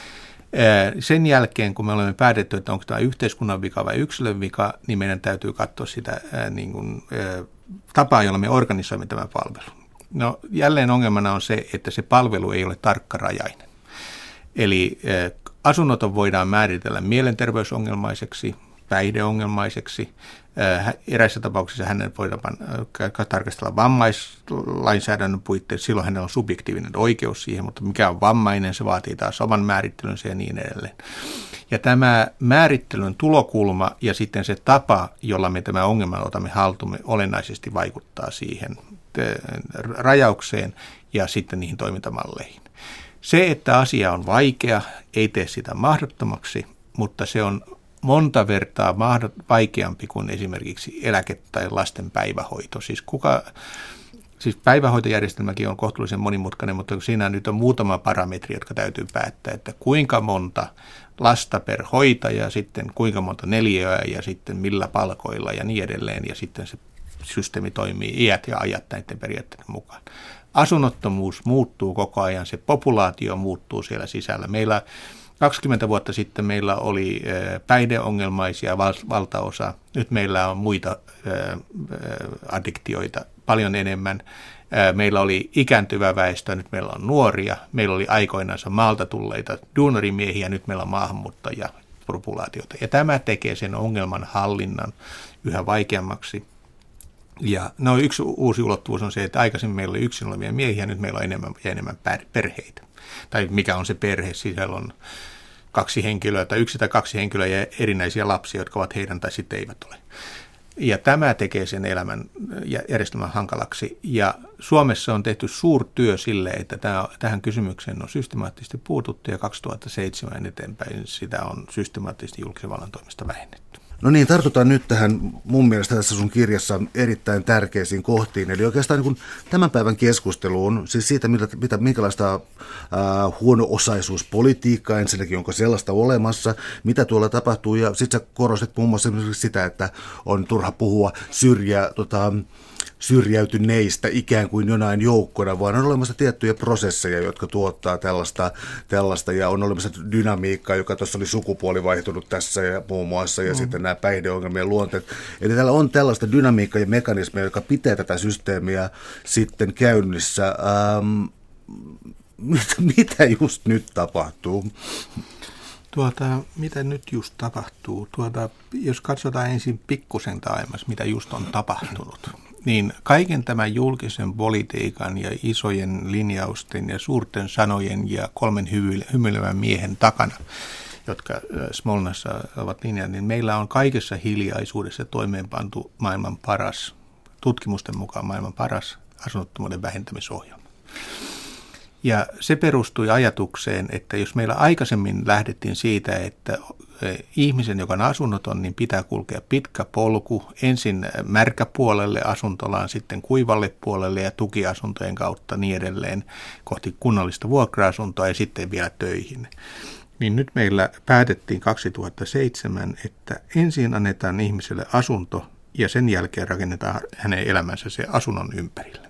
Sen jälkeen, kun me olemme päätetty, että onko tämä yhteiskunnan vika vai yksilön vika, niin meidän täytyy katsoa sitä niin kuin, tapaa, jolla me organisoimme tämän palvelun. No jälleen ongelmana on se, että se palvelu ei ole tarkkarajainen. Eli asunnoton voidaan määritellä mielenterveysongelmaiseksi, päihdeongelmaiseksi. Eräissä tapauksissa hänen voidaan tarkastella vammaislainsäädännön puitteissa. Silloin hänellä on subjektiivinen oikeus siihen, mutta mikä on vammainen, se vaatii taas oman määrittelynsä ja niin edelleen. Ja tämä määrittelyn tulokulma ja sitten se tapa, jolla me tämä ongelman otamme haltumme, olennaisesti vaikuttaa siihen rajaukseen ja sitten niihin toimintamalleihin. Se, että asia on vaikea, ei tee sitä mahdottomaksi, mutta se on monta vertaa vaikeampi kuin esimerkiksi eläke- tai lasten päivähoito. Siis, kuka, siis päivähoitojärjestelmäkin on kohtuullisen monimutkainen, mutta siinä nyt on muutama parametri, jotka täytyy päättää, että kuinka monta lasta per hoitaja, sitten kuinka monta neliöä ja sitten millä palkoilla ja niin edelleen. Ja sitten se systeemi toimii iät ja ajat näiden periaatteiden mukaan. Asunnottomuus muuttuu koko ajan, se populaatio muuttuu siellä sisällä. Meillä kaksikymmentä vuotta sitten meillä oli päihdeongelmaisia valtaosa, nyt meillä on muita addiktioita paljon enemmän. Meillä oli ikääntyvä väestö, nyt meillä on nuoria. Meillä oli aikoinansa maalta tulleita duunarimiehiä, nyt meillä on maahanmuuttajia populaatiota. Ja tämä tekee sen ongelman hallinnan yhä vaikeammaksi. Ja no, yksi uusi ulottuvuus on se, että aikaisemmin meillä oli yksin olevia miehiä, nyt meillä on enemmän ja enemmän perheitä. Tai mikä on se perhe, siellä on kaksi henkilöä tai yksi tai kaksi henkilöä ja erinäisiä lapsia, jotka ovat heidän tai sitten eivät ole. Ja tämä tekee sen elämän järjestelmän hankalaksi. Ja Suomessa on tehty suurtyö sille, että tähän kysymykseen on systemaattisesti puututtu ja kaksituhattaseitsemän eteenpäin sitä on systemaattisesti julkisen vallan toimesta vähennetty. No niin, tartutaan nyt tähän mun mielestä tässä sun kirjassa erittäin tärkeisiin kohtiin. Eli oikeastaan niin kuin tämän päivän keskusteluun, siis siitä, mitä, mitä, minkälaista ää, huono-osaisuuspolitiikkaa ensinnäkin, onko sellaista olemassa, mitä tuolla tapahtuu. Ja sitten sä korostit muun muassa sitä, että on turha puhua syrjää, tota, syrjäytyneistä ikään kuin jonain joukkona, vaan on olemassa tiettyjä prosesseja, jotka tuottaa tällaista, tällaista ja on olemassa dynamiikkaa, joka tuossa oli sukupuoli vaihtunut tässä ja muun muassa, ja mm. sitten nämä päihdeongelmien luonteet. Eli täällä on tällaista dynamiikkaa ja mekanismeja, joka pitää tätä systeemiä sitten käynnissä. Ähm, mitä, mitä just nyt tapahtuu? Tuota, mitä nyt just tapahtuu? Tuota, jos katsotaan ensin pikkusen taemmas, mitä just on tapahtunut, niin kaiken tämän julkisen politiikan ja isojen linjausten ja suurten sanojen ja kolmen hymyilevän miehen takana, jotka Smolnassa ovat linjanneet, niin meillä on kaikessa hiljaisuudessa toimeenpantu maailman paras, tutkimusten mukaan maailman paras asunnottomuuden vähentämisohjelma. Ja se perustui ajatukseen, että jos meillä aikaisemmin lähdettiin siitä, että ihmisen, joka on asunnoton, niin pitää kulkea pitkä polku ensin märkäpuolelle asuntolaan, sitten kuivalle puolelle ja tukiasuntojen kautta niin edelleen kohti kunnallista vuokra-asuntoa ja sitten vielä töihin. Niin nyt meillä päätettiin kaksituhattaseitsemän, että ensin annetaan ihmiselle asunto ja sen jälkeen rakennetaan hänen elämänsä se asunnon ympärille.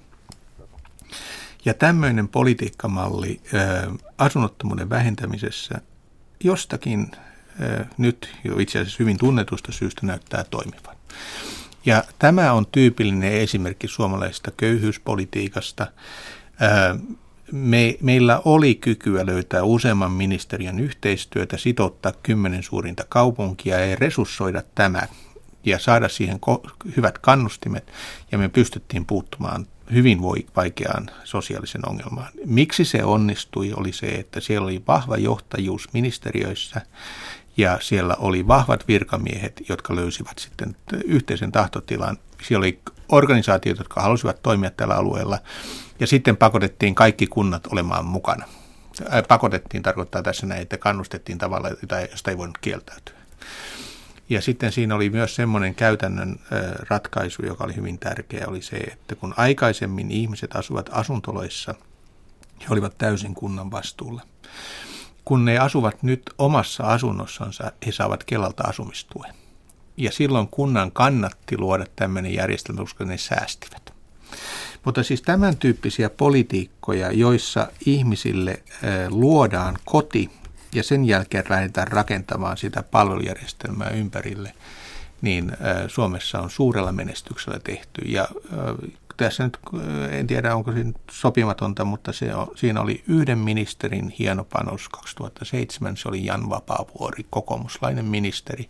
Ja tämmöinen politiikkamalli ä, asunnottomuuden vähentämisessä jostakin nyt jo itse asiassa hyvin tunnetusta syystä näyttää toimivan. Ja tämä on tyypillinen esimerkki suomalaisesta köyhyyspolitiikasta. Me, meillä oli kykyä löytää useamman ministeriön yhteistyötä, sitouttaa kymmenen suurinta kaupunkia ja resurssoida tämä ja saada siihen hyvät kannustimet, ja me pystyttiin puuttumaan hyvin vaikeaan sosiaalisen ongelmaan. Miksi se onnistui, oli se, että siellä oli vahva johtajuus ministeriöissä, ja siellä oli vahvat virkamiehet, jotka löysivät sitten yhteisen tahtotilan. Siellä oli organisaatiot, jotka halusivat toimia tällä alueella, ja sitten pakotettiin kaikki kunnat olemaan mukana. Pakotettiin tarkoittaa tässä näin, että kannustettiin tavalla, josta ei voinut kieltäytyä. Ja sitten siinä oli myös semmoinen käytännön ratkaisu, joka oli hyvin tärkeä, oli se, että kun aikaisemmin ihmiset asuvat asuntoloissa, he olivat täysin kunnan vastuulla. Kun ne asuvat nyt omassa asunnossansa, he saavat Kelalta asumistuen. Ja silloin kunnan kannatti luoda tämmöinen järjestelmä, koska ne säästivät. Mutta siis tämän tyyppisiä politiikkoja, joissa ihmisille luodaan koti ja sen jälkeen lähdetään rakentamaan sitä palvelujärjestelmää ympärille, niin Suomessa on suurella menestyksellä tehty. Ja tässä nyt, en tiedä onko se sopimatonta, mutta se on, siinä oli yhden ministerin hieno panos kaksituhattaseitsemän, se oli Jan Vapaavuori, kokoomuslainen ministeri.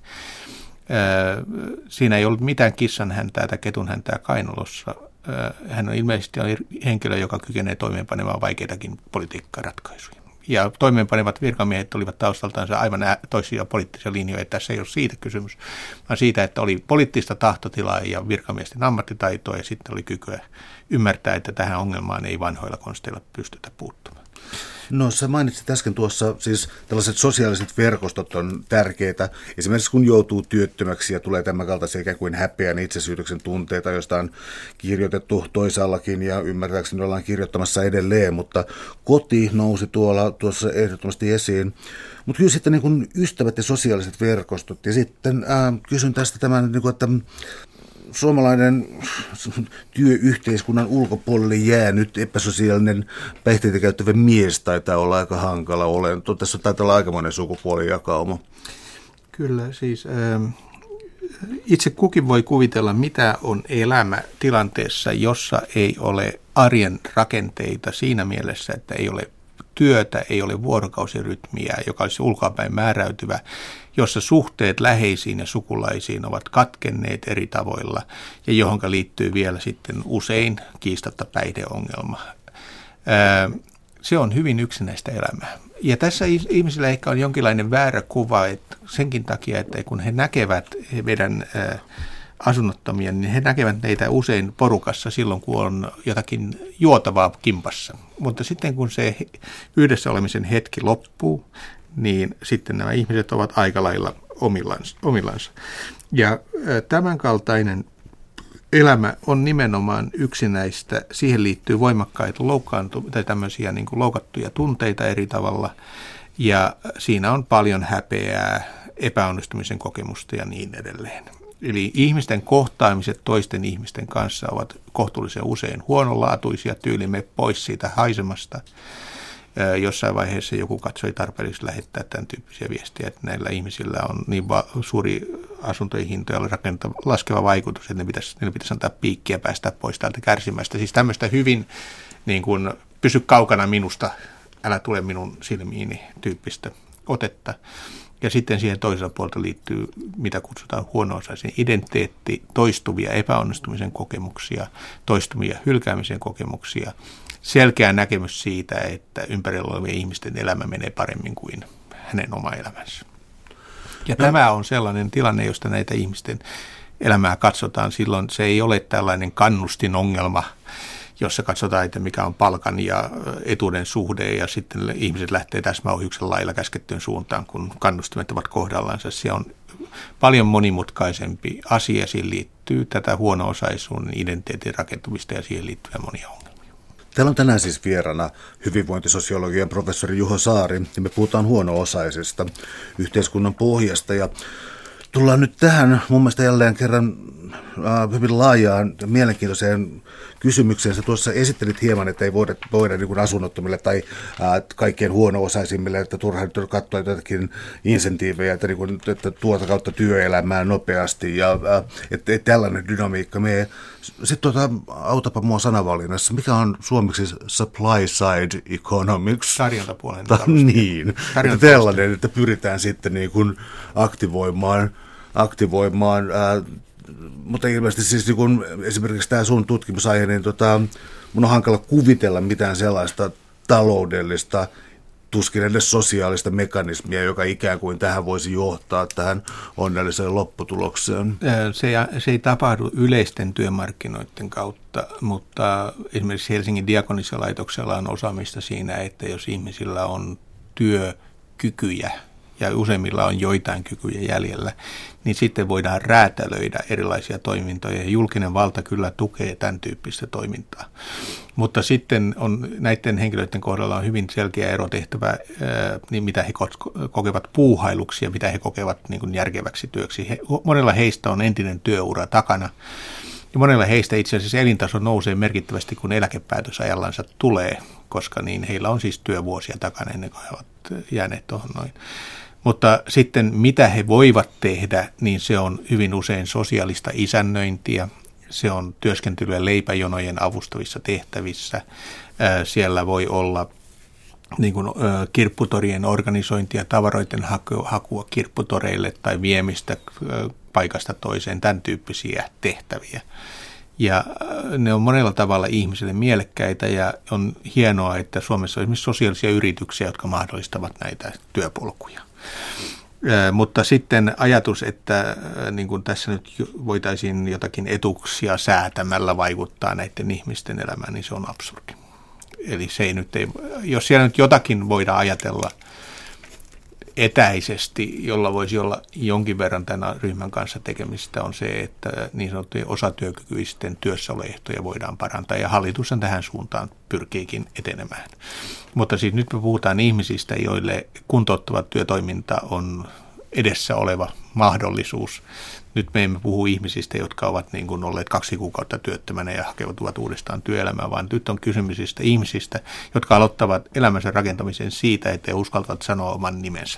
Siinä ei ollut mitään kissanhäntää tai ketunhäntää kainalossa. Hän on ilmeisesti henkilö, joka kykenee toimeenpanemaan vaikeitakin politiikkaratkaisuja. Ja toimeenpanevat virkamiehet olivat taustaltaansa aivan toisia poliittisia linjoja. Tässä ei ole siitä kysymys, vaan siitä, että oli poliittista tahtotilaa ja virkamiesten ammattitaitoa, ja sitten oli kykyä ymmärtää, että tähän ongelmaan ei vanhoilla konsteilla pystytä puuttumaan. No sä mainitsit äsken tuossa, siis tällaiset sosiaaliset verkostot on tärkeitä. Esimerkiksi kun joutuu työttömäksi ja tulee tämän kaltaisia ikään kuin häpeän itsesyytöksen tunteita, joista on kirjoitettu toisaallakin ja ymmärtääkseni ollaan kirjoittamassa edelleen, mutta koti nousi tuolla tuossa ehdottomasti esiin. Mutta kyllä sitten niin kuin ystävät ja sosiaaliset verkostot, ja sitten äh, kysyn tästä tämän, niin kuin, että suomalainen työyhteiskunnan ulkopuolelle jäänyt epäsosiaalinen päihteitä käyttävä mies taitaa olla aika hankala olento. Tässä taitaa olla aikamoinen sukupuolijakauma. Kyllä, siis äh, itse kukin voi kuvitella, mitä on elämä tilanteessa, jossa ei ole arjen rakenteita siinä mielessä, että ei ole työtä, ei ole vuorokausirytmiä, joka olisi ulkoapäin määräytyvä, jossa suhteet läheisiin ja sukulaisiin ovat katkenneet eri tavoilla ja johonka liittyy vielä sitten usein kiistatta päihdeongelma. Se on hyvin yksinäistä elämää. Ja tässä ihmisillä ehkä on jonkinlainen väärä kuva että senkin takia, että kun he näkevät meidän asunnottomia, niin he näkevät neitä usein porukassa silloin, kun on jotakin juotavaa kimpassa. Mutta sitten kun se yhdessä olemisen hetki loppuu, niin sitten nämä ihmiset ovat aika lailla omillansa. Ja tämän kaltainen elämä on nimenomaan yksinäistä. Siihen liittyy voimakkaita loukkaantu- tai tämmöisiä niin kuin loukattuja tunteita eri tavalla. Ja siinä on paljon häpeää, epäonnistumisen kokemusta ja niin edelleen. Eli ihmisten kohtaamiset toisten ihmisten kanssa ovat kohtuullisen usein huonolaatuisia, tyylimme pois siitä haisemasta. Jossain vaiheessa joku katsoi tarpeellisesti lähettää tämän tyyppisiä viestiä, että näillä ihmisillä on niin va- suuri asuntojen hintoja laskeva vaikutus, että ne pitäisi, ne pitäisi antaa piikkiä päästä pois täältä kärsimästä. Siis tämmöistä hyvin niin kuin, pysy kaukana minusta, älä tule minun silmiini tyyppistä otetta. Ja sitten siihen toisella puolelta liittyy, mitä kutsutaan huono-osaisen identiteetti, toistuvia epäonnistumisen kokemuksia, toistuvia hylkäämisen kokemuksia, selkeä näkemys siitä, että ympärillä olevien ihmisten elämä menee paremmin kuin hänen oma elämänsä. Ja no. Tämä on sellainen tilanne, josta näitä ihmisten elämää katsotaan. Silloin se ei ole tällainen kannustinongelma, jossa katsotaan, että mikä on palkan ja etuuden suhde, ja sitten ihmiset lähtee täsmäohjuksen lailla käskettyyn suuntaan, kun kannustimet ovat kohdallansa. Se on paljon monimutkaisempi asia, siihen liittyy tätä huono-osaisuuden identiteetin rakentumista ja siihen liittyviä monia ongelmia. Täällä on tänään siis vieraana hyvinvointisosiologian professori Juho Saari, ja me puhutaan huono-osaisesta yhteiskunnan pohjasta, ja Tullaan nyt tähän mun mielestä jälleen kerran äh, hyvin laajaan ja mielenkiintoiseen kysymykseen. Sä tuossa esittelit hieman, että ei voida, voida niin kuin asunnottomille tai äh, kaikkein huono-osaisimmille, että turhaan nyt katsoa jotakin insentiivejä, että, niin kuin, että tuota kautta työelämää nopeasti ja äh, että et tällainen dynamiikka menee. Sitten tuota, autapa mua sanavalinnassa. Mikä on suomeksi supply side economics? Tarjontapuolen Ta- Niin, että tällainen, että pyritään sitten niin kuin aktivoimaan, aktivoimaan ää, mutta ilmeisesti siis niin kun esimerkiksi tämä sun tutkimusaihe, niin tota, mun on hankala kuvitella mitään sellaista taloudellista, tuskin edes sosiaalista mekanismia, joka ikään kuin tähän voisi johtaa tähän onnelliseen lopputulokseen. Se, se ei tapahdu yleisten työmarkkinoiden kautta, mutta esimerkiksi Helsingin Diakonissalaitoksella on osaamista siinä, että jos ihmisillä on työkykyjä, ja useimmilla on joitain kykyjä jäljellä, niin sitten voidaan räätälöidä erilaisia toimintoja, ja julkinen valta kyllä tukee tämän tyyppistä toimintaa. Mutta sitten on näiden henkilöiden kohdalla on hyvin selkeä ero tehtävä, niin mitä he kokevat puuhailuksi ja mitä he kokevat niin kuin järkeväksi työksi. He, monella heistä on entinen työura takana, ja monella heistä itse asiassa elintaso nousee merkittävästi, kun eläkepäätös ajallansa tulee, koska niin heillä on siis työvuosia takana ennen kuin he ovat jääneet tuohon noin. Mutta sitten mitä he voivat tehdä, niin se on hyvin usein sosiaalista isännöintiä, se on työskentelyä leipäjonojen avustavissa tehtävissä, siellä voi olla niin kuin, kirpputorien organisointia, tavaroiden hakua kirpputoreille tai viemistä paikasta toiseen, tämän tyyppisiä tehtäviä. Ja ne on monella tavalla ihmisille mielekkäitä ja on hienoa, että Suomessa on esimerkiksi sosiaalisia yrityksiä, jotka mahdollistavat näitä työpolkuja. Mutta sitten ajatus, että niin kuin tässä nyt voitaisiin jotakin etuuksia säätämällä vaikuttaa näiden ihmisten elämään, niin se on absurdi. Eli se ei nyt ei, jos siellä nyt jotakin voidaan ajatella etäisesti, jolla voisi olla jonkin verran tämän ryhmän kanssa tekemistä, on se, että niin sanottujen osatyökykyisten työssäoloehtoja voidaan parantaa, ja hallitushan tähän suuntaan pyrkiikin etenemään. Mutta siis nyt me puhutaan ihmisistä, joille kuntouttava työtoiminta on edessä oleva mahdollisuus. Nyt me emme puhu ihmisistä, jotka ovat niin kuin olleet kaksi kuukautta työttömänä ja hakeutuvat uudestaan työelämään, vaan nyt on kysymysistä ihmisistä, jotka aloittavat elämänsä rakentamisen siitä, että he uskaltavat sanoa oman nimensä.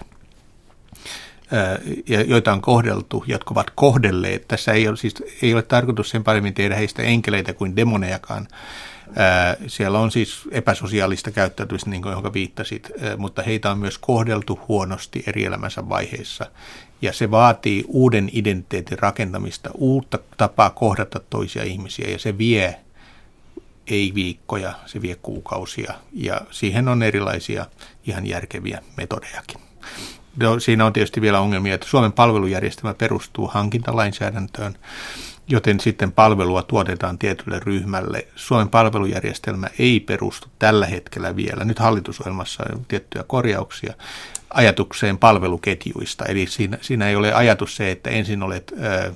Ja joita on kohdeltu, jotka ovat kohdelleet. Tässä ei ole, siis, ei ole tarkoitus sen paremmin tehdä heistä enkeleitä kuin demonejakaan. Siellä on siis epäsosiaalista käyttäytymistä, niin kuin johon viittasit, mutta heitä on myös kohdeltu huonosti eri elämänsä vaiheissa. Ja se vaatii uuden identiteetin rakentamista, uutta tapaa kohdata toisia ihmisiä, ja se vie ei viikkoja, se vie kuukausia, ja siihen on erilaisia ihan järkeviä metodejakin. No, siinä on tietysti vielä ongelmia, että Suomen palvelujärjestelmä perustuu hankintalainsäädäntöön, joten sitten palvelua tuotetaan tietylle ryhmälle. Suomen palvelujärjestelmä ei perustu tällä hetkellä vielä, nyt hallitusohjelmassa on tiettyjä korjauksia, ajatukseen palveluketjuista. Eli siinä, siinä ei ole ajatus se, että ensin olet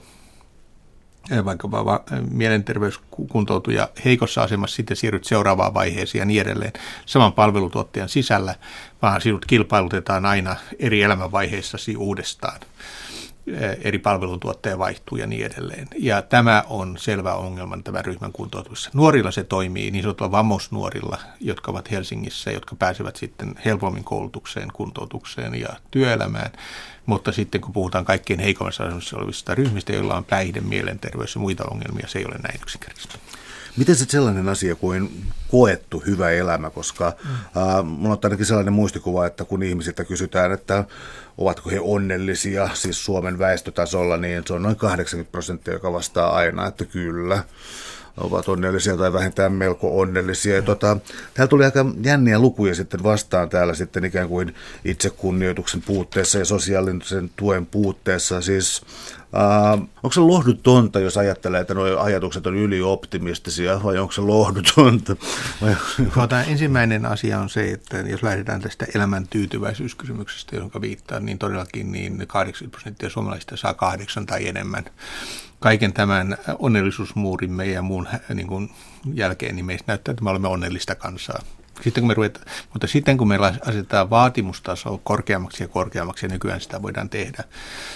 ää, vaikkapa mielenterveyskuntoutuja heikossa asemassa, sitten siirryt seuraavaan vaiheeseen ja niin edelleen saman palvelutuottajan sisällä, vaan sinut kilpailutetaan aina eri elämänvaiheissasi uudestaan. Eri palveluntuottaja vaihtuu ja niin edelleen. Ja tämä on selvä ongelma tämän ryhmän kuntoutuksessa. Nuorilla se toimii, niin sanotulla vammaisnuorilla, jotka ovat Helsingissä, jotka pääsevät sitten helpommin koulutukseen, kuntoutukseen ja työelämään. Mutta sitten kun puhutaan kaikkein heikommassa asemassa olevista ryhmistä, joilla on päihde, mielenterveys ja muita ongelmia, se ei ole näin yksinkertaista. Miten se sellainen asia kuin koettu hyvä elämä, koska mm. äh, mulla on ainakin sellainen muistikuva, että kun ihmisiltä kysytään, että ovatko he onnellisia, siis Suomen väestötasolla, niin se on noin kahdeksankymmentä prosenttia, joka vastaa aina, että kyllä, ovat onnellisia tai vähintään melko onnellisia. Ja tota, täällä tuli aika jänniä lukuja sitten vastaan täällä sitten ikään kuin itsekunnioituksen puutteessa ja sosiaalisen tuen puutteessa. Siis äh, onko se lohdutonta, jos ajattelee, että nuo ajatukset on ylioptimistisia, vai onko se lohdutonta? Tuota, ensimmäinen asia on se, että jos lähdetään tästä elämän tyytyväisyyskysymyksestä, jonka viittaan, niin todellakin niin kahdeksankymmentä prosenttia suomalaisista saa kahdeksan tai enemmän. Kaiken tämän onnellisuusmuurimme ja muun niin kuin jälkeen, niin meistä näyttää, että me olemme onnellista kansaa. Sitten kun me ruvetaan, mutta sitten kun me asetetaan vaatimustasoa korkeammaksi ja korkeammaksi, ja nykyään sitä voidaan tehdä,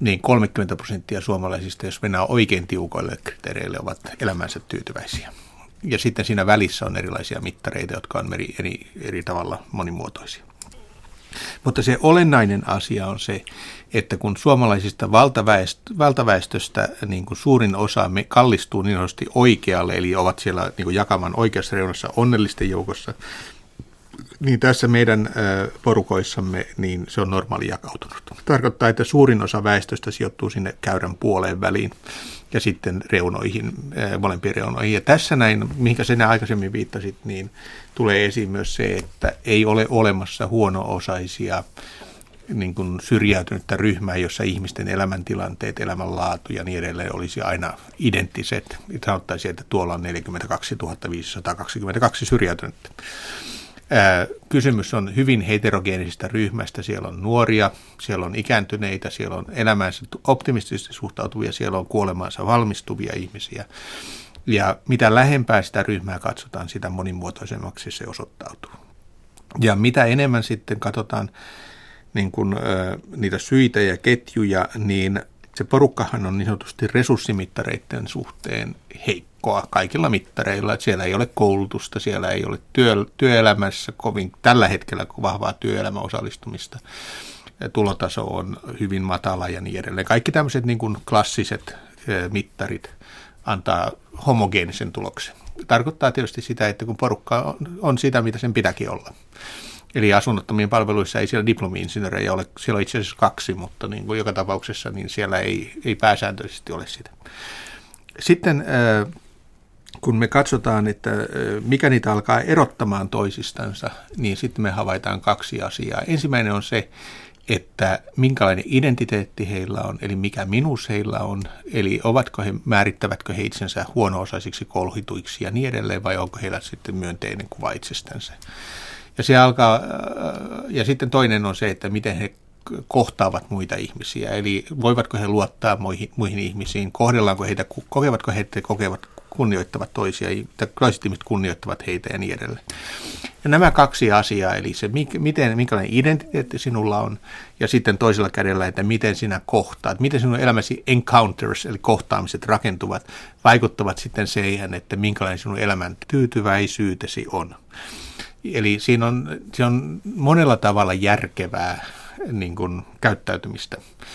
niin kolmekymmentä prosenttia suomalaisista, jos mennään oikein tiukoille kriteereille, ovat elämänsä tyytyväisiä. Ja sitten siinä välissä on erilaisia mittareita, jotka on eri, eri, eri tavalla monimuotoisia. Mutta se olennainen asia on se, että kun suomalaisista valtaväestö, valtaväestöstä niin kuin suurin osa me kallistuu niin sanotusti oikealle, eli ovat siellä niin kuin jakaman oikeassa reunassa onnellisten joukossa, niin tässä meidän porukoissamme niin se on normaali jakautunut. Tarkoittaa, että suurin osa väestöstä sijoittuu sinne käyrän puoleen väliin ja sitten reunoihin, molempiin reunoihin. Ja tässä näin, mihinkä sinä aikaisemmin viittasit, niin tulee esiin myös se, että ei ole olemassa huono-osaisia niin kuin syrjäytynyttä ryhmää, jossa ihmisten elämäntilanteet, elämänlaatu ja niin edelleen olisi aina identtiset. Sanottaisiin, että tuolla on neljäkymmentäkaksituhatta viisisataakaksikymmentäkaksi syrjäytynyttä. Kysymys on hyvin heterogeenisistä ryhmästä. Siellä on nuoria, siellä on ikääntyneitä, siellä on elämäänsä optimistisesti suhtautuvia, siellä on kuolemaansa valmistuvia ihmisiä. Ja mitä lähempää sitä ryhmää katsotaan, sitä monimuotoisemmaksi se osoittautuu. Ja mitä enemmän sitten katsotaan niin kuin, niitä syitä ja ketjuja, niin se porukkahan on niin sanotusti resurssimittareiden suhteen heikkoa kaikilla mittareilla. Että siellä ei ole koulutusta, siellä ei ole työ, työelämässä kovin tällä hetkellä vahvaa työelämäosallistumista. Tulotaso on hyvin matala ja niin edelleen. Kaikki tämmöiset niin kuin klassiset mittarit antaa homogeenisen tuloksen. Tarkoittaa tietysti sitä, että kun porukka on, on sitä, mitä sen pitääkin olla. Eli asunnottomien palveluissa ei siellä diplomi-insinöörejä ole, siellä on itse asiassa kaksi, mutta niin kuin joka tapauksessa niin siellä ei, ei pääsääntöisesti ole sitä. Sitten kun me katsotaan, että mikä niitä alkaa erottamaan toisistansa, niin sitten me havaitaan kaksi asiaa. Ensimmäinen on se, että minkälainen identiteetti heillä on, eli mikä minuus heillä on, eli ovatko he, määrittävätkö he itsensä huono-osaisiksi, kolhituiksi ja niin edelleen, vai onko heillä sitten myönteinen kuva itsestänsä. Ja, se alkaa, ja sitten toinen on se, että miten he kohtaavat muita ihmisiä, eli voivatko he luottaa muihin, muihin ihmisiin, kohdellaanko heitä, kokevatko he, että kokevat kunnioittavat toisia, toiset ihmiset kunnioittavat heitä ja niin edelleen. Ja nämä kaksi asiaa, eli se, miten, minkälainen identiteetti sinulla on, ja sitten toisella kädellä, että miten sinä kohtaat, miten sinun elämäsi encounters, eli kohtaamiset rakentuvat, vaikuttavat sitten siihen, että minkälainen sinun elämän tyytyväisyytesi on. Eli siinä on, se on monella tavalla järkevää niin kuin käyttäytymistä.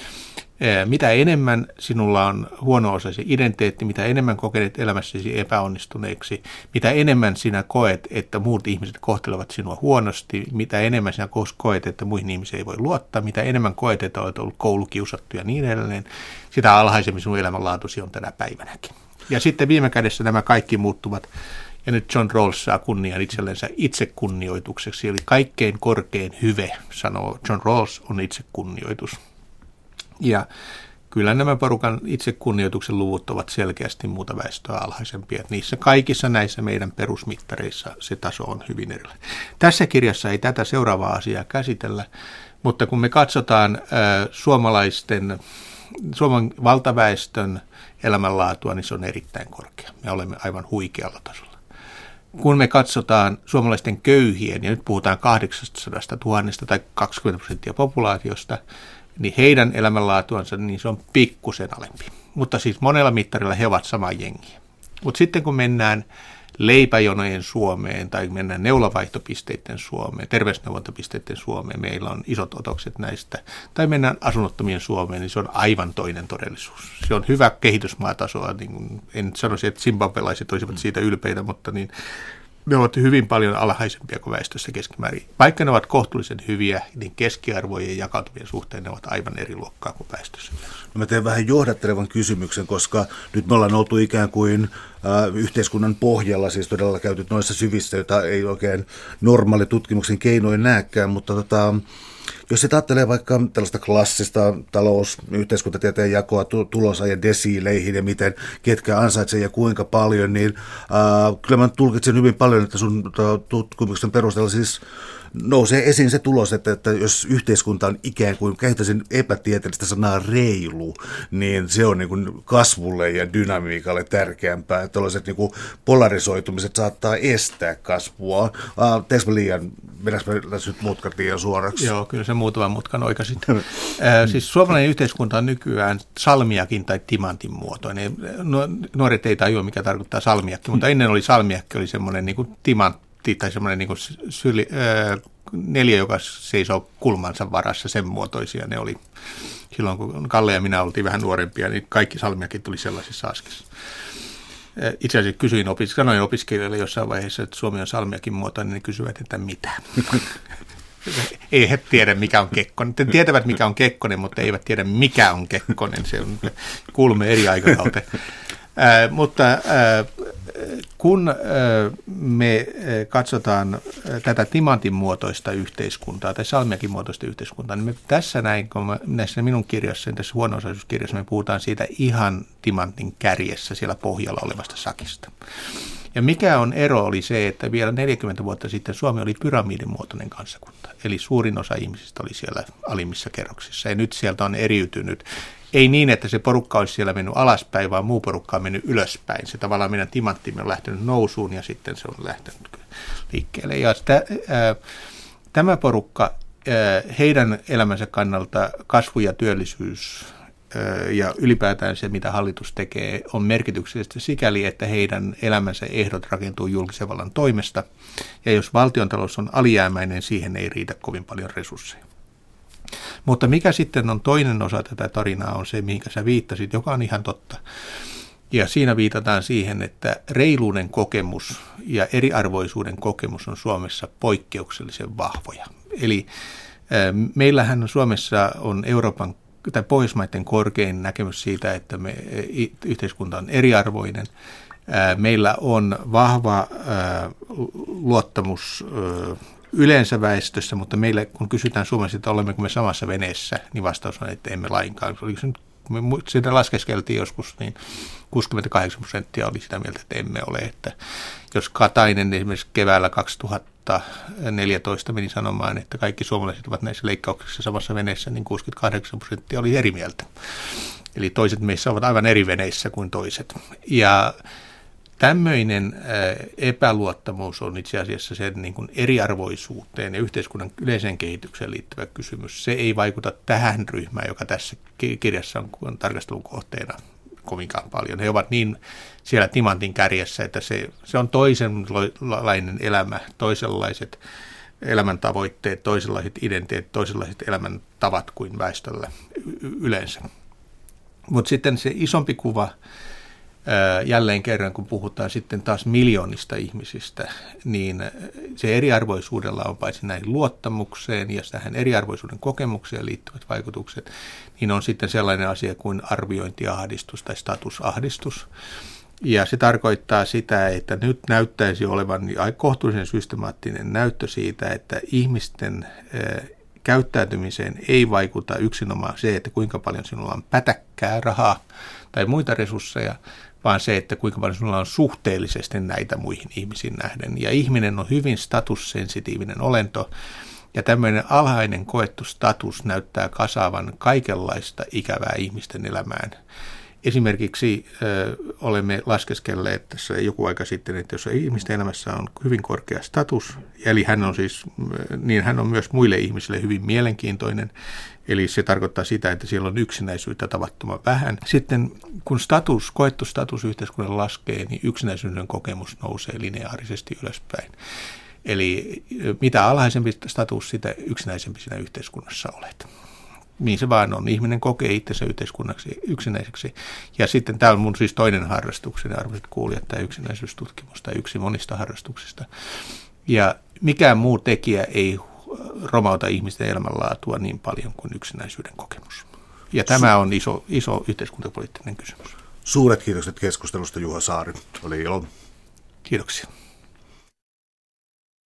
Mitä enemmän sinulla on huono-osaisen identiteetti, mitä enemmän kokenet elämässäsi epäonnistuneeksi, mitä enemmän sinä koet, että muut ihmiset kohtelevat sinua huonosti, mitä enemmän sinä koet, että muihin ihmisiin ei voi luottaa, mitä enemmän koet, että olet ollut koulukiusattu ja niin edelleen, sitä alhaisemmin sinun elämänlaatusi on tänä päivänäkin. Ja sitten viime kädessä nämä kaikki muuttuvat. Ja nyt John Rawls saa kunnian itsellensä itsekunnioitukseksi, eli kaikkein korkein hyve, sanoo John Rawls, on itsekunnioitus. Ja kyllä nämä porukan itsekunnioituksen luvut ovat selkeästi muuta väestöä alhaisempia. Niissä kaikissa näissä meidän perusmittareissa se taso on hyvin erilainen. Tässä kirjassa ei tätä seuraavaa asiaa käsitellä, mutta kun me katsotaan äh, suomalaisten, Suomen valtaväestön elämänlaatua, niin se on erittäin korkea. Me olemme aivan huikealla tasolla. Kun me katsotaan suomalaisten köyhien, ja nyt puhutaan kahdeksansadastatuhannesta tai kaksikymmentä prosenttia populaatiosta, niin heidän elämänlaatuansa, niin se on pikkusen alempi. Mutta siis monella mittarilla he ovat samaa jengiä. Mutta sitten kun mennään leipäjonojen Suomeen tai mennään neulavaihtopisteiden Suomeen, terveysneuvontapisteiden Suomeen, meillä on isot otokset näistä, tai mennään asunnottomien Suomeen, niin se on aivan toinen todellisuus. Se on hyvä kehitysmaatasoa, niin kuin en sanoisi, että zimbabwelaiset olisivat siitä ylpeitä, mutta niin ne ovat hyvin paljon alhaisempia kuin väestössä keskimäärin. Vaikka ne ovat kohtuullisen hyviä, niin keskiarvojen jakautumien suhteen ne ovat aivan eri luokkaa kuin väestössä. No mä teen vähän johdattelevan kysymyksen, koska nyt me ollaan oltu ikään kuin äh, yhteiskunnan pohjalla, siis todella käyty noissa syvissä, joita ei oikein normaali tutkimuksen keinoin näekään, mutta tota, jos se ajattelee vaikka tällaista klassista talous- yhteiskuntatieteen jakoa tulosajan desiileihin ja miten ketkä ansaitsee ja kuinka paljon, niin äh, kyllä mä tulkitsen hyvin paljon, että sun tutkimuksen perusteella siis nousee esiin se tulos, että, että jos yhteiskunta on ikään kuin, käyttäisin epätieteellistä sanaa reilu, niin se on niin kuin kasvulle ja dynamiikalle tärkeämpää. Tällaiset niin kuin polarisoitumiset saattaa estää kasvua. Ah, teekö liian, vedätkö nyt mutkat liian suoraksi? Joo, kyllä se muutaman mutkan oikaisin. äh, siis suomalainen yhteiskunta on nykyään salmiakin tai timantin muotoinen. Nuoret ei tajua, mikä tarkoittaa salmiakki, mutta ennen oli salmiakki, oli semmoinen niin kuin timantti tai semmoinen niin kuin syli, äh, neljä, joka seisoo kulmansa varassa, sen muotoisia ne oli. Silloin kun Kalle ja minä oltiin vähän nuorempia, niin kaikki salmiakit tuli sellaisissa askissa. Itse asiassa kysyin, sanoin opiskelijoille jossain vaiheessa, että Suomi on salmiakin muotoinen, niin kysyvät, että mitä. Ei he tiedä, mikä on Kekkonen. He tietävät, mikä on Kekkonen, mutta eivät tiedä, mikä on Kekkonen. Se on kuulumme eri aikakauteen. Äh, mutta äh, kun äh, me katsotaan tätä timantin muotoista yhteiskuntaa tai salmiakin muotoista yhteiskuntaa, niin me tässä näin, kun mä, näissä minun kirjassa, tässä huono-osaisuuskirjassa, me puhutaan siitä ihan timantin kärjessä siellä pohjalla olevasta sakista. Ja mikä on ero oli se, että vielä neljäkymmentä vuotta sitten Suomi oli pyramidin muotoinen kansakunta. Eli suurin osa ihmisistä oli siellä alimmissa kerroksissa ja nyt sieltä on eriytynyt. Ei niin, että se porukka olisi siellä mennyt alaspäin, vaan muu porukka on mennyt ylöspäin. Se tavallaan meidän timanttimme on lähtenyt nousuun ja sitten se on lähtenyt liikkeelle. Ja sitä, ää, tämä porukka, ää, heidän elämänsä kannalta kasvu ja työllisyys ää, ja ylipäätään se, mitä hallitus tekee, on merkityksellistä sikäli, että heidän elämänsä ehdot rakentuu julkisen vallan toimesta. Ja jos valtiontalous on alijäämäinen, siihen ei riitä kovin paljon resursseja. Mutta mikä sitten on toinen osa tätä tarinaa on se, mihinkä sä viittasit, joka on ihan totta. Ja siinä viitataan siihen, että reiluuden kokemus ja eriarvoisuuden kokemus on Suomessa poikkeuksellisen vahvoja. Eli äh, meillähän Suomessa on Euroopan tai Pohjoismaiden korkein näkemys siitä, että me, yhteiskunta on eriarvoinen. Äh, meillä on vahva äh, luottamus äh, yleensä väestössä, mutta meille, kun kysytään Suomessa, että olemmeko me samassa veneessä, niin vastaus on, että emme lainkaan. Oliko se nyt, kun me sitä laskeskeltiin joskus, niin kuusikymmentäkahdeksan prosenttia oli sitä mieltä, että emme ole. Että jos Katainen esimerkiksi keväällä kaksituhattaneljätoista meni sanomaan, että kaikki suomalaiset ovat näissä leikkauksissa samassa veneessä, niin kuusikymmentäkahdeksan prosenttia oli eri mieltä. Eli toiset meissä ovat aivan eri veneissä kuin toiset. Ja tämmöinen epäluottamus on itse asiassa sen niin kuin eriarvoisuuteen ja yhteiskunnan yleiseen kehitykseen liittyvä kysymys. Se ei vaikuta tähän ryhmään, joka tässä kirjassa on tarkastelun kohteena kovinkaan paljon. He ovat niin siellä timantin kärjessä, että se, se on toisenlainen elämä, toisenlaiset elämäntavoitteet, toisenlaiset identiteetit, toisenlaiset elämäntavat kuin väestöllä yleensä. Mutta sitten se isompi kuva, jälleen kerran, kun puhutaan sitten taas miljoonista ihmisistä, niin se eriarvoisuudella on paitsi näihin luottamukseen ja tähän eriarvoisuuden kokemukseen liittyvät vaikutukset, niin on sitten sellainen asia kuin arviointiahdistus tai statusahdistus. Ja se tarkoittaa sitä, että nyt näyttäisi olevan kohtuullisen systemaattinen näyttö siitä, että ihmisten käyttäytymiseen ei vaikuta yksinomaan se, että kuinka paljon sinulla on pätäkkää rahaa tai muita resursseja, vaan se, että kuinka paljon sinulla on suhteellisesti näitä muihin ihmisiin nähden. Ja ihminen on hyvin statussensitiivinen olento, ja tämmöinen alhainen koettu status näyttää kasaavan kaikenlaista ikävää ihmisten elämään. Esimerkiksi ö, olemme laskeskelleet tässä joku aika sitten, että jos ihmisten elämässä on hyvin korkea status, eli hän on siis, niin hän on myös muille ihmisille hyvin mielenkiintoinen, eli se tarkoittaa sitä, että siellä on yksinäisyyttä tavattoman vähän. Sitten kun status, koettu status yhteiskunnalla laskee, niin yksinäisyyden kokemus nousee lineaarisesti ylöspäin. Eli mitä alhaisempi status, sitä yksinäisempi siinä yhteiskunnassa olet. Niin se vaan on. Ihminen kokee itsensä yhteiskunnaksi yksinäiseksi. Ja sitten tämä on mun siis toinen harrastukseni, arvoisat kuulijat, tämä yksinäisyystutkimus tai yksi monista harrastuksista. Ja mikään muu tekijä ei romauta ihmisten elämänlaatua niin paljon kuin yksinäisyyden kokemus. Ja tämä on iso, iso yhteiskuntapoliittinen kysymys. Suuret kiitokset keskustelusta, Juha Saari. Oli ilo. Kiitoksia.